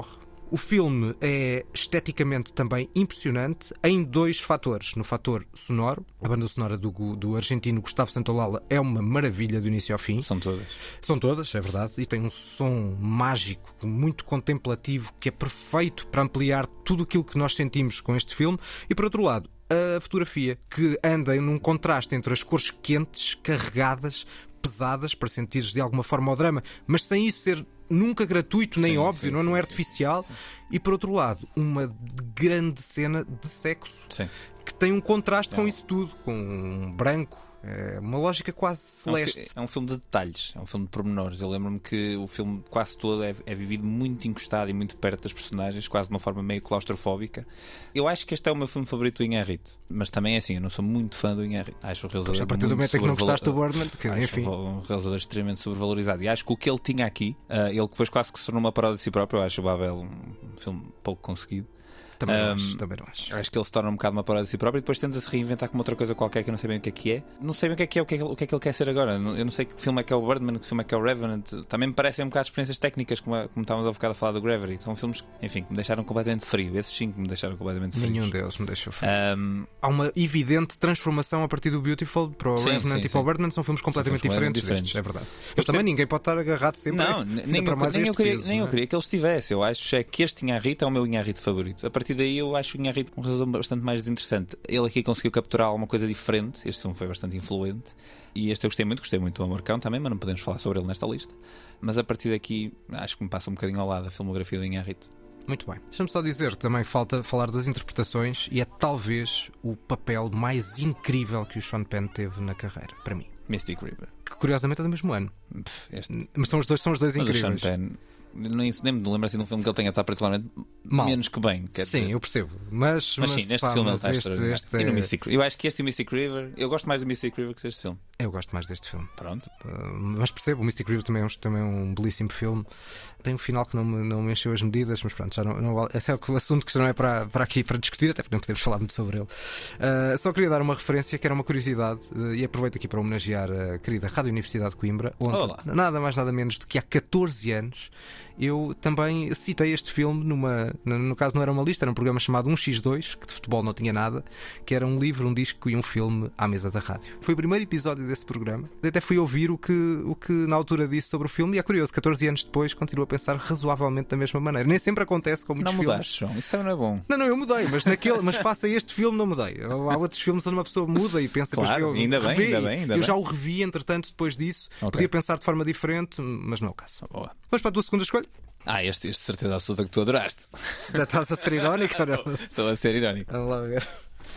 O filme é esteticamente também impressionante em dois fatores. No fator sonoro, a banda sonora do, do argentino Gustavo Santaolalla é uma maravilha do início ao fim.
São todas.
São todas, é verdade. E tem um som mágico, muito contemplativo, que é perfeito para ampliar tudo aquilo que nós sentimos com este filme. E por outro lado, a fotografia, que anda num contraste entre as cores quentes, carregadas, pesadas, para sentires de alguma forma o drama, mas sem isso ser nunca gratuito nem
sim,
óbvio,
sim,
não,
sim,
não é
sim,
artificial.
sim, sim.
E por outro lado, uma grande cena de sexo,
Sim.
que tem um contraste
não.
com isso tudo, com um branco. É uma lógica quase celeste.
É um, fi- é um filme de detalhes, é um filme de pormenores. Eu lembro-me que o filme quase todo é, é vivido muito encostado e muito perto das personagens, quase de uma forma meio claustrofóbica. Eu acho que este é o meu filme favorito do Inharrito, mas também é assim, eu não sou muito fã do Inharrito. Acho o realizador
Pois, a partir do
muito
momento em que não gostaste do
sobrevalor-
Birdman, que,
acho
enfim.
um realizador extremamente sobrevalorizado. E acho que o que ele tinha aqui, uh, ele depois quase que se tornou uma paródia de si próprio. Eu acho o Babel um filme pouco conseguido.
Também não
Um,
acho, também não acho.
Acho que ele se torna um bocado uma paródia de si próprio e depois tenta-se reinventar com outra coisa qualquer que eu não sei bem o que é que é. Não sei bem o que é que é, o que é que, o que, é que ele quer ser agora. Eu não sei que filme é que é o Birdman, que filme é que é o Revenant. Também me parecem um bocado de experiências técnicas, como, como estávamos há bocado a falar do Gravity. São filmes, enfim, que me deixaram completamente frio. Esses cinco me deixaram completamente frios.
Nenhum deles me deixou frio.
Um,
Há uma evidente transformação a partir do Beautiful para o
Sim,
Revenant
sim,
e para o
sim.
Birdman. São filmes completamente
São filmes
diferentes,
completamente
destes, é verdade.
Eu
Mas também
sei-
ninguém pode estar agarrado sempre
Não,
a-
nem,
ainda
eu,
para mais
nem, eu
este
queria,
peso,
nem
não
eu
é?
queria que ele estivesse. Eu acho é que este Inharrito é o meu Inharrito favorito. A partir daí eu acho o Inharrito um realizador bastante mais desinteressante. Ele aqui conseguiu capturar alguma coisa diferente. Este filme foi bastante influente. E este eu gostei muito, gostei muito do Amorcão também, mas não podemos falar sobre ele nesta lista. Mas a partir daqui acho que me passa um bocadinho ao lado a filmografia do Inharrito.
Muito bem. Deixa-me só dizer, também falta falar das interpretações, e é talvez o papel mais incrível que o Sean Penn teve na carreira, para mim.
Mystic River.
Que curiosamente é do mesmo ano.
Pff, este...
Mas são os dois, são os dois
Mas o
incríveis.
Sean Penn, nem, nem me lembro assim de um filme que ele tenha estado particularmente
Mal.
menos que bem. Quer
Sim,
dizer.
eu percebo. Mas,
Mas sim, neste
pá,
filme ele
mas
está
este,
extraordinário.
este
E no
é-
Mystic River. Eu acho que este e o Mystic River, eu gosto mais do Mystic River que deste filme.
Eu gosto mais deste filme.
Pronto.
Uh, mas percebo, o Mystic River também é, um, também é um belíssimo filme. Tem um final que não me, não me encheu as medidas, mas pronto, já não, não vale. Esse é o assunto que já não é para, para aqui para discutir, até porque não podemos falar muito sobre ele. Uh, só queria dar uma referência que era uma curiosidade, uh, e aproveito aqui para homenagear a querida Rádio Universidade de Coimbra, onde
Olá.
nada mais nada menos do que há catorze anos eu também citei este filme numa, no caso não era uma lista, era um programa chamado um por dois, que de futebol não tinha nada, que era um livro, um disco e um filme à mesa da rádio. Foi o primeiro episódio desse programa. Até fui ouvir o que, o que na altura disse sobre o filme, e é curioso, catorze anos depois continuo a pensar razoavelmente da mesma maneira. Nem sempre acontece com muitos
Não
filmes.
mudaste, João. Isso também não é bom.
Não, não, eu mudei, mas, naquele, mas face a este filme não mudei. Há outros filmes onde uma pessoa muda e pensa,
Claro,
depois vê,
ainda bem,
revê,
ainda bem, ainda
eu
bem.
já o revi, entretanto, depois disso.
Ok.
Podia pensar de forma diferente, mas não é o caso.
Boa.
Vamos para a tua segunda escolha?
Ah, este, este de certeza absoluta que tu adoraste.
Já estás a ser irónico ou não?
Estou a ser irónico.
Vamos lá ver.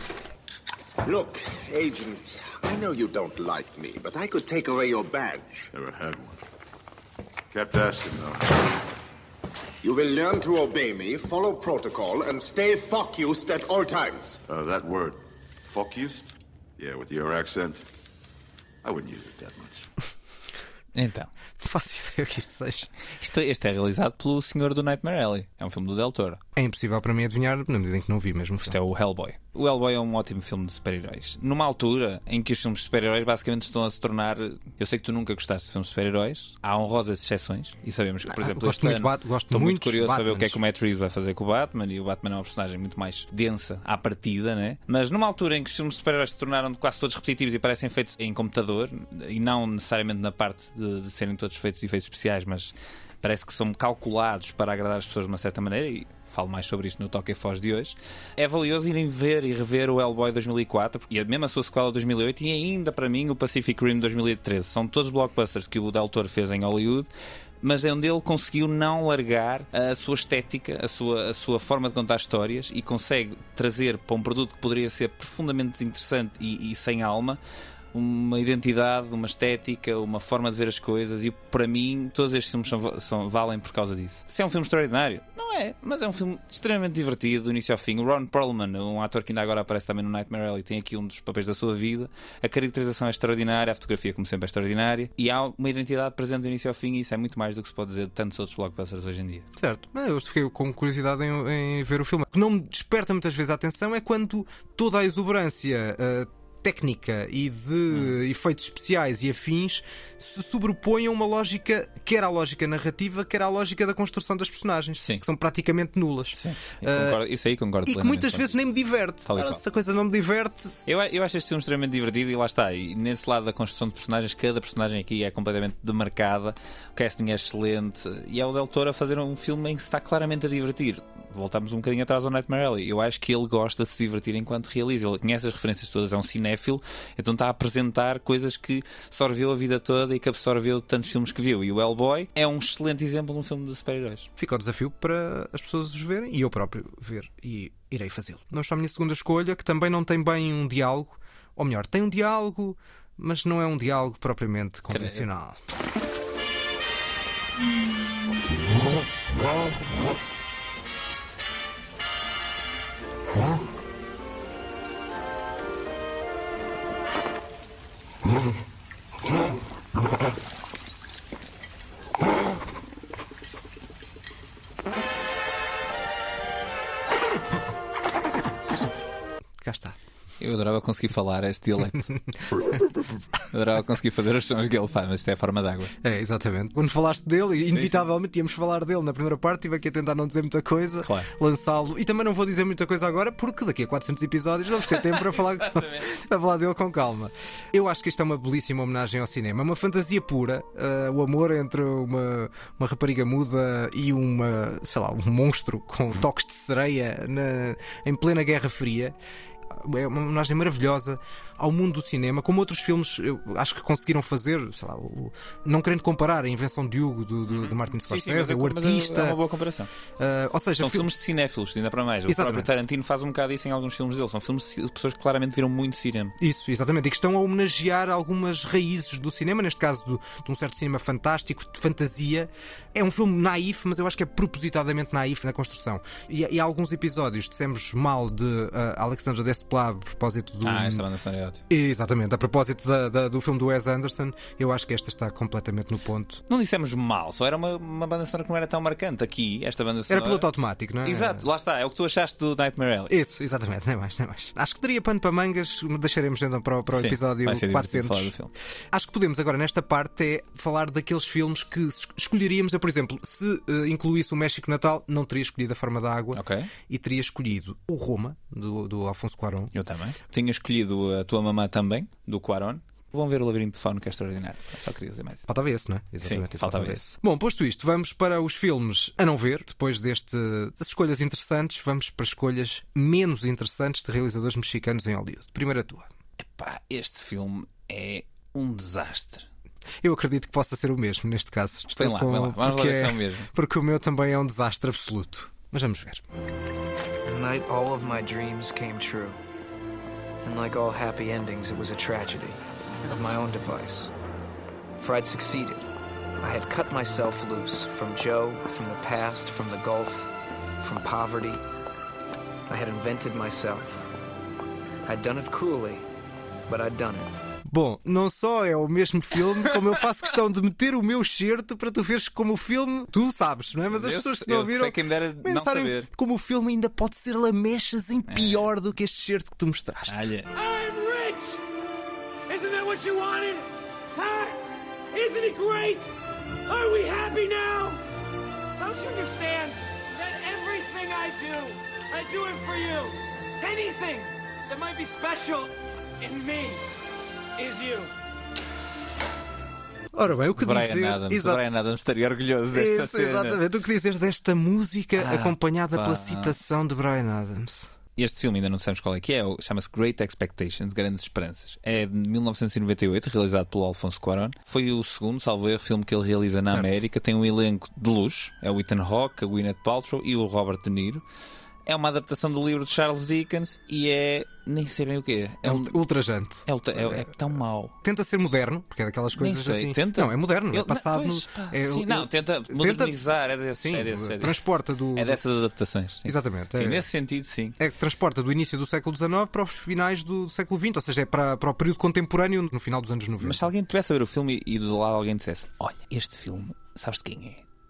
Look, Agent, I know you don't like me, but I could take away your badge.
Never had one. Kept asking, though.
You will learn to obey me, follow protocol, and stay focused at all times.
Uh, that word, focused? Yeah, with your accent, I wouldn't use it that much.
Então,
Não faço ideia o que isto seja.
isto, este é realizado pelo senhor do Nightmare Alley. É um filme do Del Toro.
É impossível para mim adivinhar, na medida em que não vi mesmo o
Isto
filme.
é o Hellboy. O Hellboy é um ótimo filme de super-heróis. Numa altura em que os filmes de super-heróis basicamente estão a se tornar... Eu sei que tu nunca gostaste de filmes de super-heróis. Há honrosas exceções. E sabemos que, por
Ah,
exemplo,
gosto
este
muito
ano...
de Bat- gosto
estou
muito
muito curioso
dos
para ver o que é que o
Batmans.
Matt Reeves vai fazer com o Batman. E o Batman é uma personagem muito mais densa à partida, né? Mas numa altura em que os filmes de super-heróis se tornaram quase todos repetitivos e parecem feitos em computador, e não necessariamente na parte de, de serem todos feitos de efeitos especiais, mas parece que são calculados para agradar as pessoas de uma certa maneira, e falo mais sobre isto no Toque e Foz de hoje. É valioso irem ver e rever o Hellboy dois mil e quatro e mesmo a sua sequela dois mil e oito, e ainda para mim o Pacific Rim dois mil e treze. São todos blockbusters que o Del Toro fez em Hollywood, mas é onde ele conseguiu não largar a sua estética, a sua, a sua forma de contar histórias, e consegue trazer para um produto que poderia ser profundamente desinteressante e, e sem alma uma identidade, uma estética, uma forma de ver as coisas, e para mim todos estes filmes são, são, valem por causa disso. Se é um filme extraordinário, não é, mas é um filme extremamente divertido do início ao fim. O Ron Perlman, um ator que ainda agora aparece também no Nightmare Alley, tem aqui um dos papéis da sua vida. A caracterização é extraordinária, a fotografia como sempre é extraordinária, e há uma identidade presente do início ao fim, e isso é muito mais do que se pode dizer de tantos outros blockbusters hoje em dia.
Certo, mas eu fiquei com curiosidade em, em ver o filme. O que não me desperta muitas vezes a atenção é quando toda a exuberância uh, técnica e de hum. efeitos especiais e afins se sobrepõem a uma lógica, quer à lógica narrativa, quer à lógica da construção das personagens,
Sim.
que são praticamente nulas.
Sim. Concordo, isso aí concordo
e que muitas vezes nem me diverte. Ora, se a coisa não me diverte.
Eu, eu acho este filme extremamente divertido e lá está. E nesse lado da construção de personagens, cada personagem aqui é completamente demarcada, o casting é excelente e é o Del Toro a fazer um filme em que se está claramente a divertir. Voltamos um bocadinho atrás ao Nightmare Alley. Eu acho que ele gosta de se divertir enquanto realiza. Ele conhece as referências todas, é um cinéfilo, então está a apresentar coisas que absorveu a vida toda e que absorveu de tantos filmes que viu. E o Hellboy é um excelente exemplo de um filme de super-heróis.
Fica o desafio para as pessoas os verem e eu próprio ver e irei fazê-lo. Vamos para a minha segunda escolha, que também não tem bem um diálogo, ou melhor, tem um diálogo, mas não é um diálogo propriamente convencional. Cá está.
Eu adorava conseguir falar este dialeto. Eu adorava conseguir fazer os sons que ele faz, mas isto é a forma d'água.
É, exatamente. Quando falaste dele, inevitavelmente íamos falar dele na primeira parte. Estive aqui a tentar não dizer muita coisa,
claro.
lançá-lo. E também não vou dizer muita coisa agora, porque daqui a quatrocentos episódios vamos ter tempo para falar, para falar dele com calma. Eu acho que isto é uma belíssima homenagem ao cinema. Uma fantasia pura. Uh, o amor entre uma, uma rapariga muda e uma, sei lá, um monstro com toques de sereia na, em plena Guerra Fria. É uma homenagem maravilhosa ao mundo do cinema, como outros filmes eu acho que conseguiram fazer, sei lá, o, não querendo comparar a Invenção de Hugo do, do, de Martin Scorsese, sim, sim, o Artista.
É uma boa comparação.
Uh, ou seja,
são
fil...
filmes de cinéfilos, ainda para mais. O exatamente. próprio Tarantino faz um bocado isso em alguns filmes dele. São filmes de pessoas que claramente viram muito cinema.
Isso, exatamente. E que estão a homenagear algumas raízes do cinema, neste caso do, de um certo cinema fantástico, de fantasia. É um filme naif, mas eu acho que é propositadamente naif na construção. E, e há alguns episódios dissemos mal de uh, Alexandre Desplat a propósito do.
Ah, esta banda sonora é ótima.
Exatamente. A propósito da, da, do filme do Wes Anderson, eu acho que esta está completamente no ponto.
Não dissemos mal, só era uma, uma banda sonora que não era tão marcante. Aqui, esta banda sonora.
Era piloto automático, não é?
Exato, lá está, é o que tu achaste do Nightmare Alley.
Isso, exatamente, nem mais, nem mais. Acho que teria pano para mangas, deixaremos então para, para o
Sim,
episódio quatrocentos.
Falar do filme.
Acho que podemos agora, nesta parte, é falar daqueles filmes que escolheríamos. Eu, por exemplo, se uh, incluísse o México Natal, não teria escolhido A Forma d'Água,
okay.
E teria escolhido o Roma, do, do Alfonso Cuarón.
Eu também. Tinha escolhido A Tua Mamã também, do Cuarón. Vão ver o Labirinto de Fauno, que é extraordinário. Só queria dizer mais.
Faltava esse, não é?
Exatamente. Sim, faltava esse.
Bom, posto isto, vamos para os filmes a não ver. Depois deste, das escolhas interessantes, vamos para escolhas menos interessantes de realizadores mexicanos em Hollywood. Primeira tua.
Epá, este filme é um desastre.
Eu acredito que possa ser o mesmo, neste caso.
Tem lá, com... lá. Vamos lá ver se é o mesmo.
Porque o meu também é um desastre absoluto. Mas vamos ver.
The night all of my dreams came true. And like all happy endings, it was a tragedy of my own device. For I'd succeeded. I had cut myself loose from Joe, from the past, from the Gulf, from poverty. I had invented myself. I'd done it cruelly, but I'd done it.
Bom, não só é o mesmo filme, como eu faço questão de meter o meu certo para tu veres como o filme, tu sabes, não é? Mas as
eu,
pessoas que não viram,
quem me dera não saber.
Como o filme ainda pode ser lamechas em pior é. do que este certo que tu mostraste.
Olha.
I'm rich! Isn't that what you wanted? Huh? Isn't it great? Are we happy now? Don't you understand that everything I do, I do it for you? Anything that might be special in me is you.
Ora bem, o que
Brian
dizer...
Adams, Exa... Brian Adams estaria orgulhoso desta
Isso,
cena.
Exatamente, o que dizer desta música
ah,
acompanhada
pá.
pela citação de Brian Adams.
Este filme ainda não sabemos qual é que é, chama-se Great Expectations, Grandes Esperanças. É de mil novecentos e noventa e oito, realizado pelo Alfonso Cuarón. Foi o segundo, salvo erro, filme que ele realiza na certo. América. Tem um elenco de luxo, é o Ethan Hawke, a Gwyneth Paltrow e o Robert De Niro. É uma adaptação do livro de Charles Dickens e é... nem sei bem o que é.
É um... ultrajante.
É, é, é tão mau.
Tenta ser moderno, porque é daquelas coisas
nem sei.
assim.
Tenta?
Não, é moderno,
eu,
é passado.
Pois,
no... é,
sim,
eu...
não, tenta modernizar. Tenta... É desse,
sim,
é desse, é
transporta do.
É dessas adaptações. Sim.
Exatamente.
Sim,
é...
nesse sentido, sim.
É que transporta do início do século dezenove para os finais do século vinte, ou seja, é para, para o período contemporâneo no final dos anos noventa.
Mas se alguém tivesse a ver o filme e do lado alguém dissesse: olha, este filme, sabes de quem é?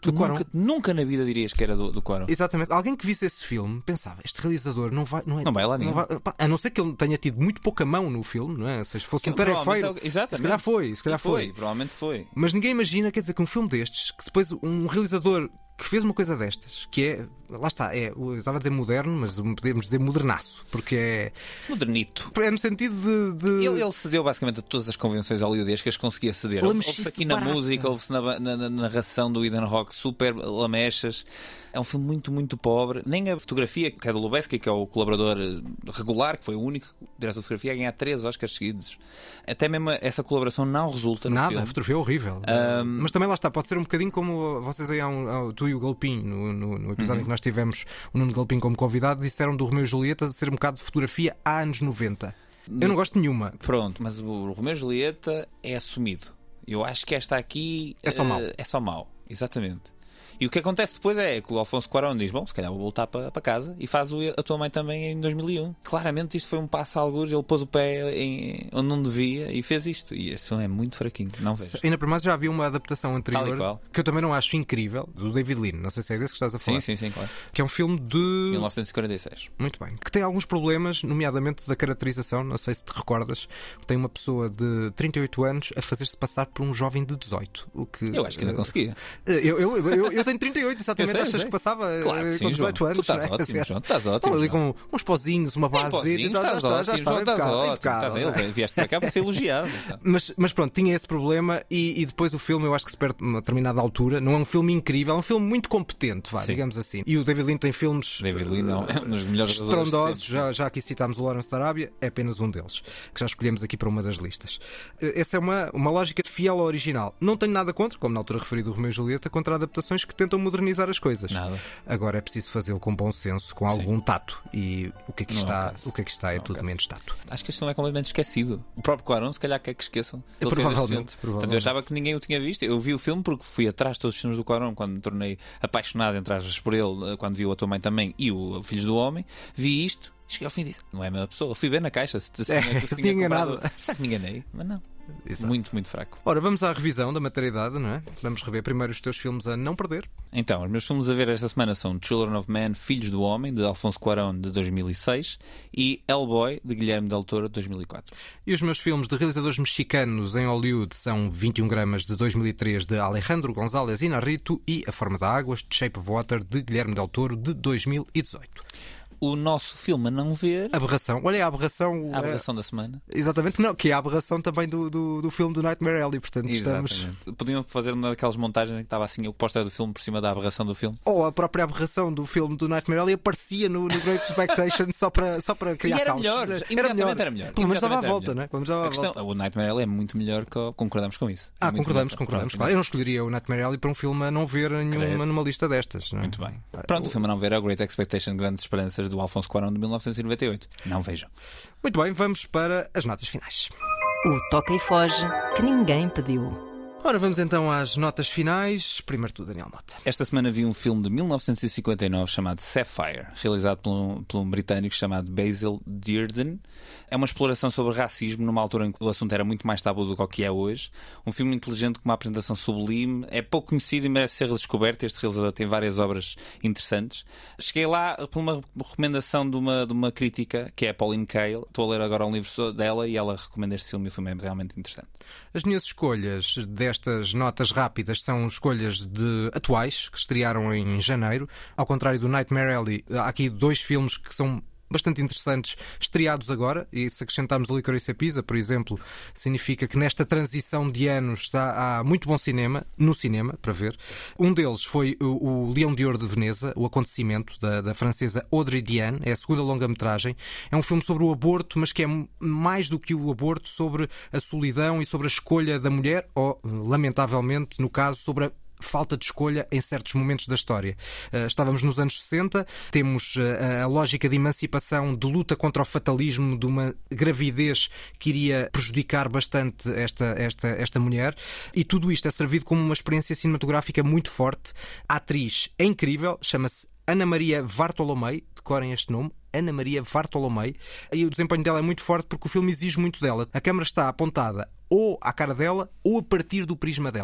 Tu
do Cuarón.
Nunca, nunca na vida dirias que era do, do Cuarón.
Exatamente. Alguém que visse esse filme pensava, este realizador não vai... Não, é,
não vai lá nenhum.
Vai, pá, a não ser que ele tenha tido muito pouca mão no filme, não é? Se fosse um tarefeiro,
é,
se calhar foi. Se calhar
foi,
foi.
Provavelmente foi.
Mas ninguém imagina, quer dizer, que um filme destes, que depois um realizador que fez uma coisa destas, que é, lá está, é, eu estava a dizer moderno, mas podemos dizer modernaço, porque é...
Modernito.
É no sentido de... de...
Ele, ele cedeu basicamente a todas as convenções hollywoodescas que conseguia ceder. Houve-se aqui na barata. música, houve-se na, na, na narração do Ethan Hawke, super lamechas. É um filme muito, muito pobre. Nem a fotografia, que é do Lubeski, que é o colaborador regular, que foi o único diretor de fotografia a ganhar três Oscars seguidos. Até mesmo essa colaboração não resulta no
Nada,
filme.
A fotografia é horrível. Um... Mas também lá está, pode ser um bocadinho como vocês aí, há um, há, tu e o Galpim, no, no, no episódio uhum. em que nós tivemos o Nuno Galpim como convidado, disseram do Romeu e Julieta ser um bocado de fotografia há anos noventa. Eu não gosto de nenhuma.
Pronto, mas o Romeu e Julieta é assumido. Eu acho que esta aqui
é só mau.
É só mau, exatamente. E o que acontece depois é que o Alfonso Cuarón diz, bom, se calhar vou voltar para, para casa, e faz o A Tua Mãe também em dois mil e um. Claramente isto foi um passo a algures, ele pôs o pé em, onde não devia e fez isto. E este filme é muito fraquinho, não vejo.
Ainda por mais já havia uma adaptação anterior que eu também não acho incrível, do David Lean, não sei se é desse que estás a falar.
Sim, sim, sim, claro.
Que é um filme de...
mil novecentos e quarenta e seis.
Muito bem. Que tem alguns problemas, nomeadamente da caracterização, não sei se te recordas, tem uma pessoa de trinta e oito anos a fazer-se passar por um jovem de dezoito. O que,
eu acho que ainda uh, conseguia.
Eu, eu, eu, eu tenho trinta e oito, exatamente.
Sei,
achas
sei.
que passava
claro que sim,
com dezoito
João.
anos?
Tu estás ótimo, João. Estás ótimo.
Ali com uns pozinhos, uma base
e tal, já está, já está. Estás ótimo. Estás ele, vieste para cá para ser elogiado.
mas, mas pronto, tinha esse problema e, e depois do filme eu acho que se perde a uma determinada altura. Não é um filme incrível, é um filme muito competente, vá, digamos assim. E o David Lean tem filmes
David Lean, não, é um dos melhores
estrondosos. Já, já aqui citámos o Lawrence da Arábia, é apenas um deles, que já escolhemos aqui para uma das listas. Essa é uma, uma lógica fiel ao original. Não tenho nada contra, como na altura referi do Romeu e Julieta, contra adaptações que tentam modernizar as coisas.
Nada.
Agora é preciso fazê-lo com bom senso, com algum
Sim.
tato. E o que aqui está, é o que aqui está é
não
tudo
é
menos tato.
Acho que este filme é completamente esquecido. O próprio Cuarón, se calhar, quer que esqueçam.
É, provavelmente, provavelmente.
Portanto, eu achava que ninguém o tinha visto. Eu vi o filme porque fui atrás de todos os filmes do Cuarón quando me tornei apaixonado, entre aspas, por ele, quando vi o A Tua Mãe também e o Filhos do Homem. Vi isto, cheguei ao fim e disse: não é a mesma pessoa. Fui ver na caixa se, se,
é,
se, se
tinha enganado.
Será que me enganei? Mas não. Exato. Muito, muito fraco.
Ora, vamos à revisão da materialidade, não é? Vamos rever primeiro os teus filmes a não perder.
Então, os meus filmes a ver esta semana são Children of Men, Filhos do Homem, de Alfonso Cuarón, de dois mil e seis, e Hellboy, de Guilherme Del Toro, de dois mil e quatro.
E os meus filmes de realizadores mexicanos em Hollywood são vinte e um gramas, de dois mil e três, de Alejandro González Iñárritu, e A Forma da Água, de Shape of Water, de Guilherme Del Toro, de dois mil e dezoito.
O nosso filme a não ver...
Aberração. Olha, a aberração...
A aberração é... da semana.
Exatamente, não, que é a aberração também do, do, do filme do Nightmare Alley, portanto
Exatamente.
estamos...
Podiam fazer uma daquelas montagens em que estava assim o póster do filme por cima da aberração do filme.
Ou a própria aberração do filme do Nightmare Alley aparecia no, no Great Expectation só para, só para criar
e era
caos.
Melhor.
Era melhor,
era melhor.
Pelo menos estava à volta, não é? Pelo menos
a
à
questão,
volta.
O Nightmare Alley é muito melhor, que concordamos com isso.
Ah,
é
concordamos, concordamos, claro. Eu não escolheria o Nightmare Alley para um filme a não ver nenhuma numa lista destas. Não é?
Muito bem. Pronto, o... o filme a não ver é o Great Expectation, Grandes Esperanças, do Alfonso Cuarón, de mil novecentos e noventa e oito. Não vejam.
Muito bem, vamos para as notas finais.
O Toca e Foge que ninguém pediu.
Ora, vamos então às notas finais. Primeiro tu, Daniel Mota.
Esta semana vi um filme de mil novecentos e cinquenta e nove chamado Sapphire, realizado por um, por um britânico chamado Basil Dearden. É uma exploração sobre racismo numa altura em que o assunto era muito mais tabu do que o que é hoje. Um filme inteligente com uma apresentação sublime. É pouco conhecido e merece ser redescoberto. Este realizador tem várias obras interessantes. Cheguei lá por uma recomendação de uma, de uma crítica, que é a Pauline Kael. Estou a ler agora um livro dela e ela recomenda este filme e o filme é realmente interessante.
As minhas escolhas destas notas rápidas são escolhas de atuais, que estrearam em janeiro. Ao contrário do Nightmare Alley, há aqui dois filmes que são bastante interessantes, estreados agora, e se acrescentarmos o Licorice Pizza, por exemplo, significa que nesta transição de anos está, há muito bom cinema, no cinema, para ver. Um deles foi o, o Leão de Ouro de Veneza, O Acontecimento, da, da francesa Audrey Diane, é a segunda longa-metragem. É um filme sobre o aborto, mas que é mais do que o aborto, sobre a solidão e sobre a escolha da mulher, ou, lamentavelmente, no caso, sobre a falta de escolha em certos momentos da história. Uh, estávamos nos anos sessenta, temos uh, a lógica de emancipação, de luta contra o fatalismo, de uma gravidez que iria prejudicar bastante esta, esta, esta mulher, e tudo isto é servido como uma experiência cinematográfica muito forte. A atriz é incrível, chama-se Ana Maria Vartolomei, decorem este nome, Ana Maria Vartolomei, e o desempenho dela é muito forte porque o filme exige muito dela. A câmara está apontada ou à cara dela ou a partir do prisma dela.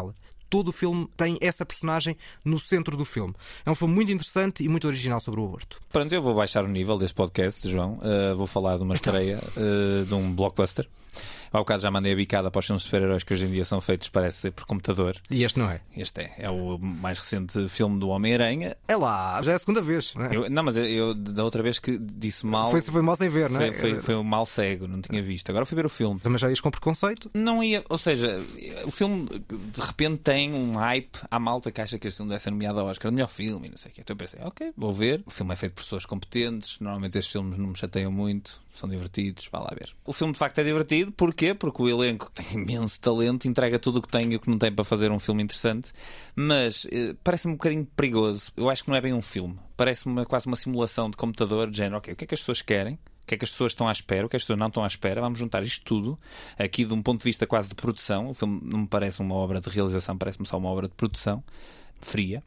todo o filme tem essa personagem no centro do filme. É um filme muito interessante e muito original sobre o aborto.
Pronto, eu vou baixar o nível deste podcast, João. Uh, vou falar de uma estreia uh, de um blockbuster. Há bocado já mandei a bicada para os filmes de super-heróis que hoje em dia são feitos, parece ser, por computador.
E este não é?
Este é. É o mais recente filme do Homem-Aranha.
É lá, já é a segunda vez, não é?
Eu, não, mas eu, eu da outra vez que disse mal.
Foi, foi mal sem ver, não é?
Foi, foi, foi um mal cego, não tinha visto. Agora fui ver o filme.
Também já ias com preconceito?
Não ia, ou seja, o filme de repente tem um hype à malta que acha que este filme deve ser nomeado ao Oscar, melhor filme e não sei o quê. Então eu pensei, ok, vou ver. O filme é feito por pessoas competentes. Normalmente estes filmes não me chateiam muito, são divertidos, vá lá ver. O filme de facto é divertido, porquê? Porque o elenco tem imenso talento, entrega tudo o que tem e o que não tem para fazer um filme interessante, mas eh, parece-me um bocadinho perigoso. Eu acho que não é bem um filme, parece-me quase uma simulação de computador, de género, ok, o que é que as pessoas querem? O que é que as pessoas estão à espera? O que é que as pessoas não estão à espera? Vamos juntar isto tudo aqui de um ponto de vista quase de produção. O filme não me parece uma obra de realização, parece-me só uma obra de produção fria.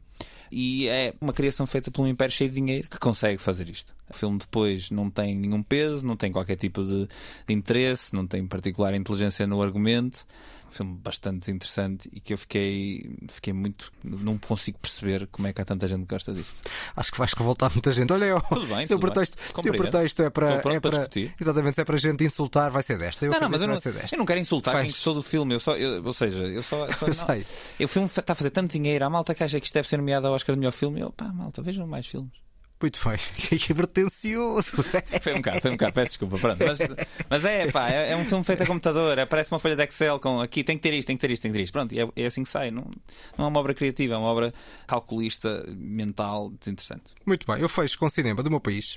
E é uma criação feita por um império cheio de dinheiro que consegue fazer isto. O filme depois não tem nenhum peso, não tem qualquer tipo de interesse, não tem particular inteligência no argumento. Um filme bastante interessante e que eu fiquei, fiquei muito... Não consigo perceber como é que há tanta gente que gosta disto.
Acho que vais revoltar muita gente. Olha, eu,
tudo bem,
se, o
tudo
pretexto,
bem.
se o pretexto é para,
é para,
para
discutir.
Exatamente, se é para a gente insultar, vai ser desta. Eu
não, não, mas eu não, eu não quero insultar
Faz...
quem gostou do filme. Eu só, eu, ou seja, eu só. Eu só
eu
não,
sei.
O filme está a fazer tanto dinheiro. A malta que acha que isto deve ser nomeado ao Oscar do melhor filme. Eu, pá, malta, vejam mais filmes.
Muito bem, que pretencioso.
Foi um bocado, foi um bocado, peço desculpa. Pronto. Mas, mas é, pá, é, é um filme feito a computador. É, parece uma folha de Excel com aqui tem que ter isto, tem que ter isto, tem que ter isto. Pronto, e é, é assim que sai. Não, não é uma obra criativa, é uma obra calculista, mental, desinteressante.
Muito bem, eu fecho com o cinema do meu país.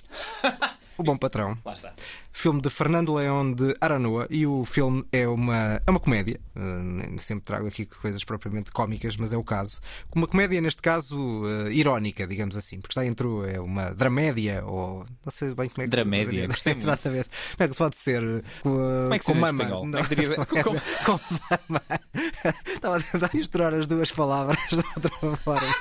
O Bom Patrão.
Lá está.
Filme de Fernando León de Aranoa. E o filme é uma, é uma comédia. Uh, sempre trago aqui coisas propriamente cómicas, mas é o caso. Uma comédia, neste caso, uh, irónica, digamos assim. Porque está entre é uma dramédia ou... Não sei bem como é que...
Dramédia, gostei muito.
Exatamente. Como é que se pode ser? Uh,
como é que
com
se
mama.
Não,
não,
diria... com, com...
com mama. Estava a tentar misturar as duas palavras de outra forma.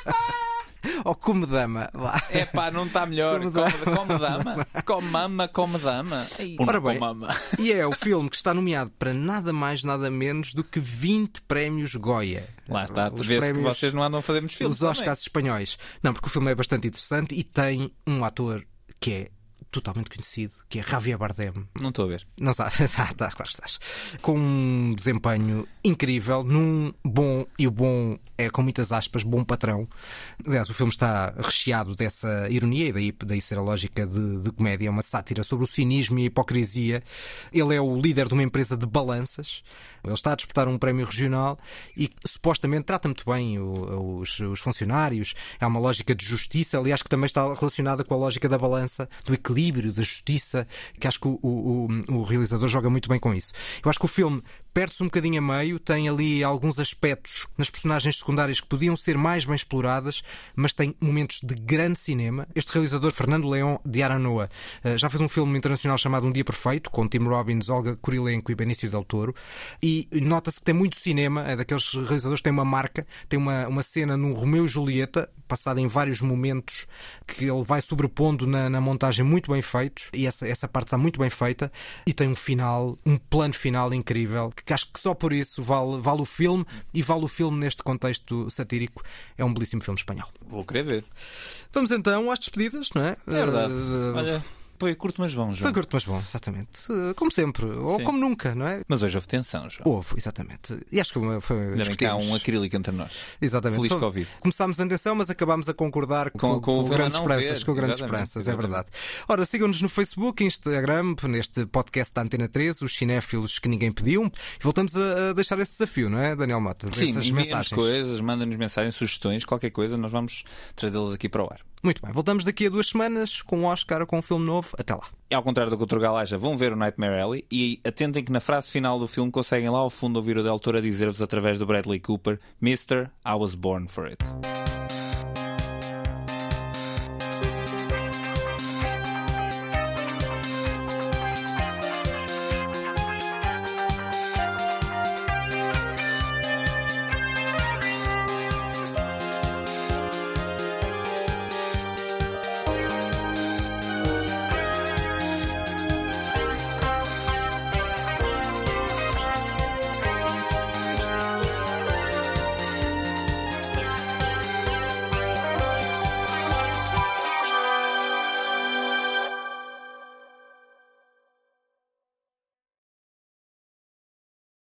Ou come dama.
É pá, não está melhor. Come, come, come dama. Come mama, come dama. Ei,
Ora bem,
mama.
E é o filme que está nomeado para nada mais, nada menos do que vinte prémios Goya.
Lá está. Vê-se que vocês não andam a fazer-nos filmes.
Os Oscars espanhóis. Não, porque o filme é bastante interessante e tem um ator que é totalmente conhecido, que é Javier Bardem.
Não estou a ver.
Não sabes? Ah, tá, claro que estás. Com um desempenho incrível, num bom, e o bom é com muitas aspas, bom patrão. Aliás, o filme está recheado dessa ironia, e daí, daí ser a lógica de, de comédia, é uma sátira sobre o cinismo e a hipocrisia. Ele é o líder de uma empresa de balanças. Ele está a disputar um prémio regional e supostamente trata muito bem o, os, os funcionários. Há uma lógica de justiça, aliás, que também está relacionada com a lógica da balança, do equilíbrio, da justiça, que acho que o, o, o realizador joga muito bem com isso. Eu acho que o filme perde-se um bocadinho a meio, tem ali alguns aspectos nas personagens secundárias que podiam ser mais bem exploradas, mas tem momentos de grande cinema. Este realizador, Fernando León de Aranoa, já fez um filme internacional chamado Um Dia Perfeito, com Tim Robbins, Olga Kurilenko e Benício Del Toro, e nota-se que tem muito cinema, é daqueles realizadores que tem uma marca, tem uma, uma cena num Romeu e Julieta, passada em vários momentos, que ele vai sobrepondo na, na montagem muito bem feitos, e essa, essa parte está muito bem feita, e tem um final, um plano final incrível, que acho que só por isso vale, vale o filme, e vale o filme neste contexto satírico. É um belíssimo filme espanhol.
Vou querer ver.
Vamos então às despedidas, não é?
É verdade. Uh... Olha... Foi curto, mas bom, João.
Foi curto, mas bom, exatamente. Como sempre, ou
Sim.
como nunca, não é?
Mas hoje houve tensão, João.
Houve, exatamente. E acho que foi.
Ainda bem que há um acrílico entre nós.
Exatamente.
Feliz Covid.
Começámos em tensão, mas acabámos a concordar com, com, com, com grandes esperanças.
Ver.
Com grandes
exatamente,
esperanças,
exatamente.
É verdade. Ora, sigam-nos no Facebook, Instagram, neste podcast da Antena três, os cinéfilos que ninguém pediu. E voltamos a deixar esse desafio, não é, Daniel Mota?
Sim,
essas
enviem-nos coisas, mandem-nos mensagens, sugestões, qualquer coisa, nós vamos trazê-las aqui para o ar.
Muito bem, voltamos daqui a duas semanas com um Oscar ou com um filme novo. Até lá.
E ao contrário do que o Turgal acha, vão ver o Nightmare Alley e atentem que na frase final do filme conseguem lá ao fundo ouvir o Del Toro a dizer-vos através do Bradley Cooper: Mister, I was born for it.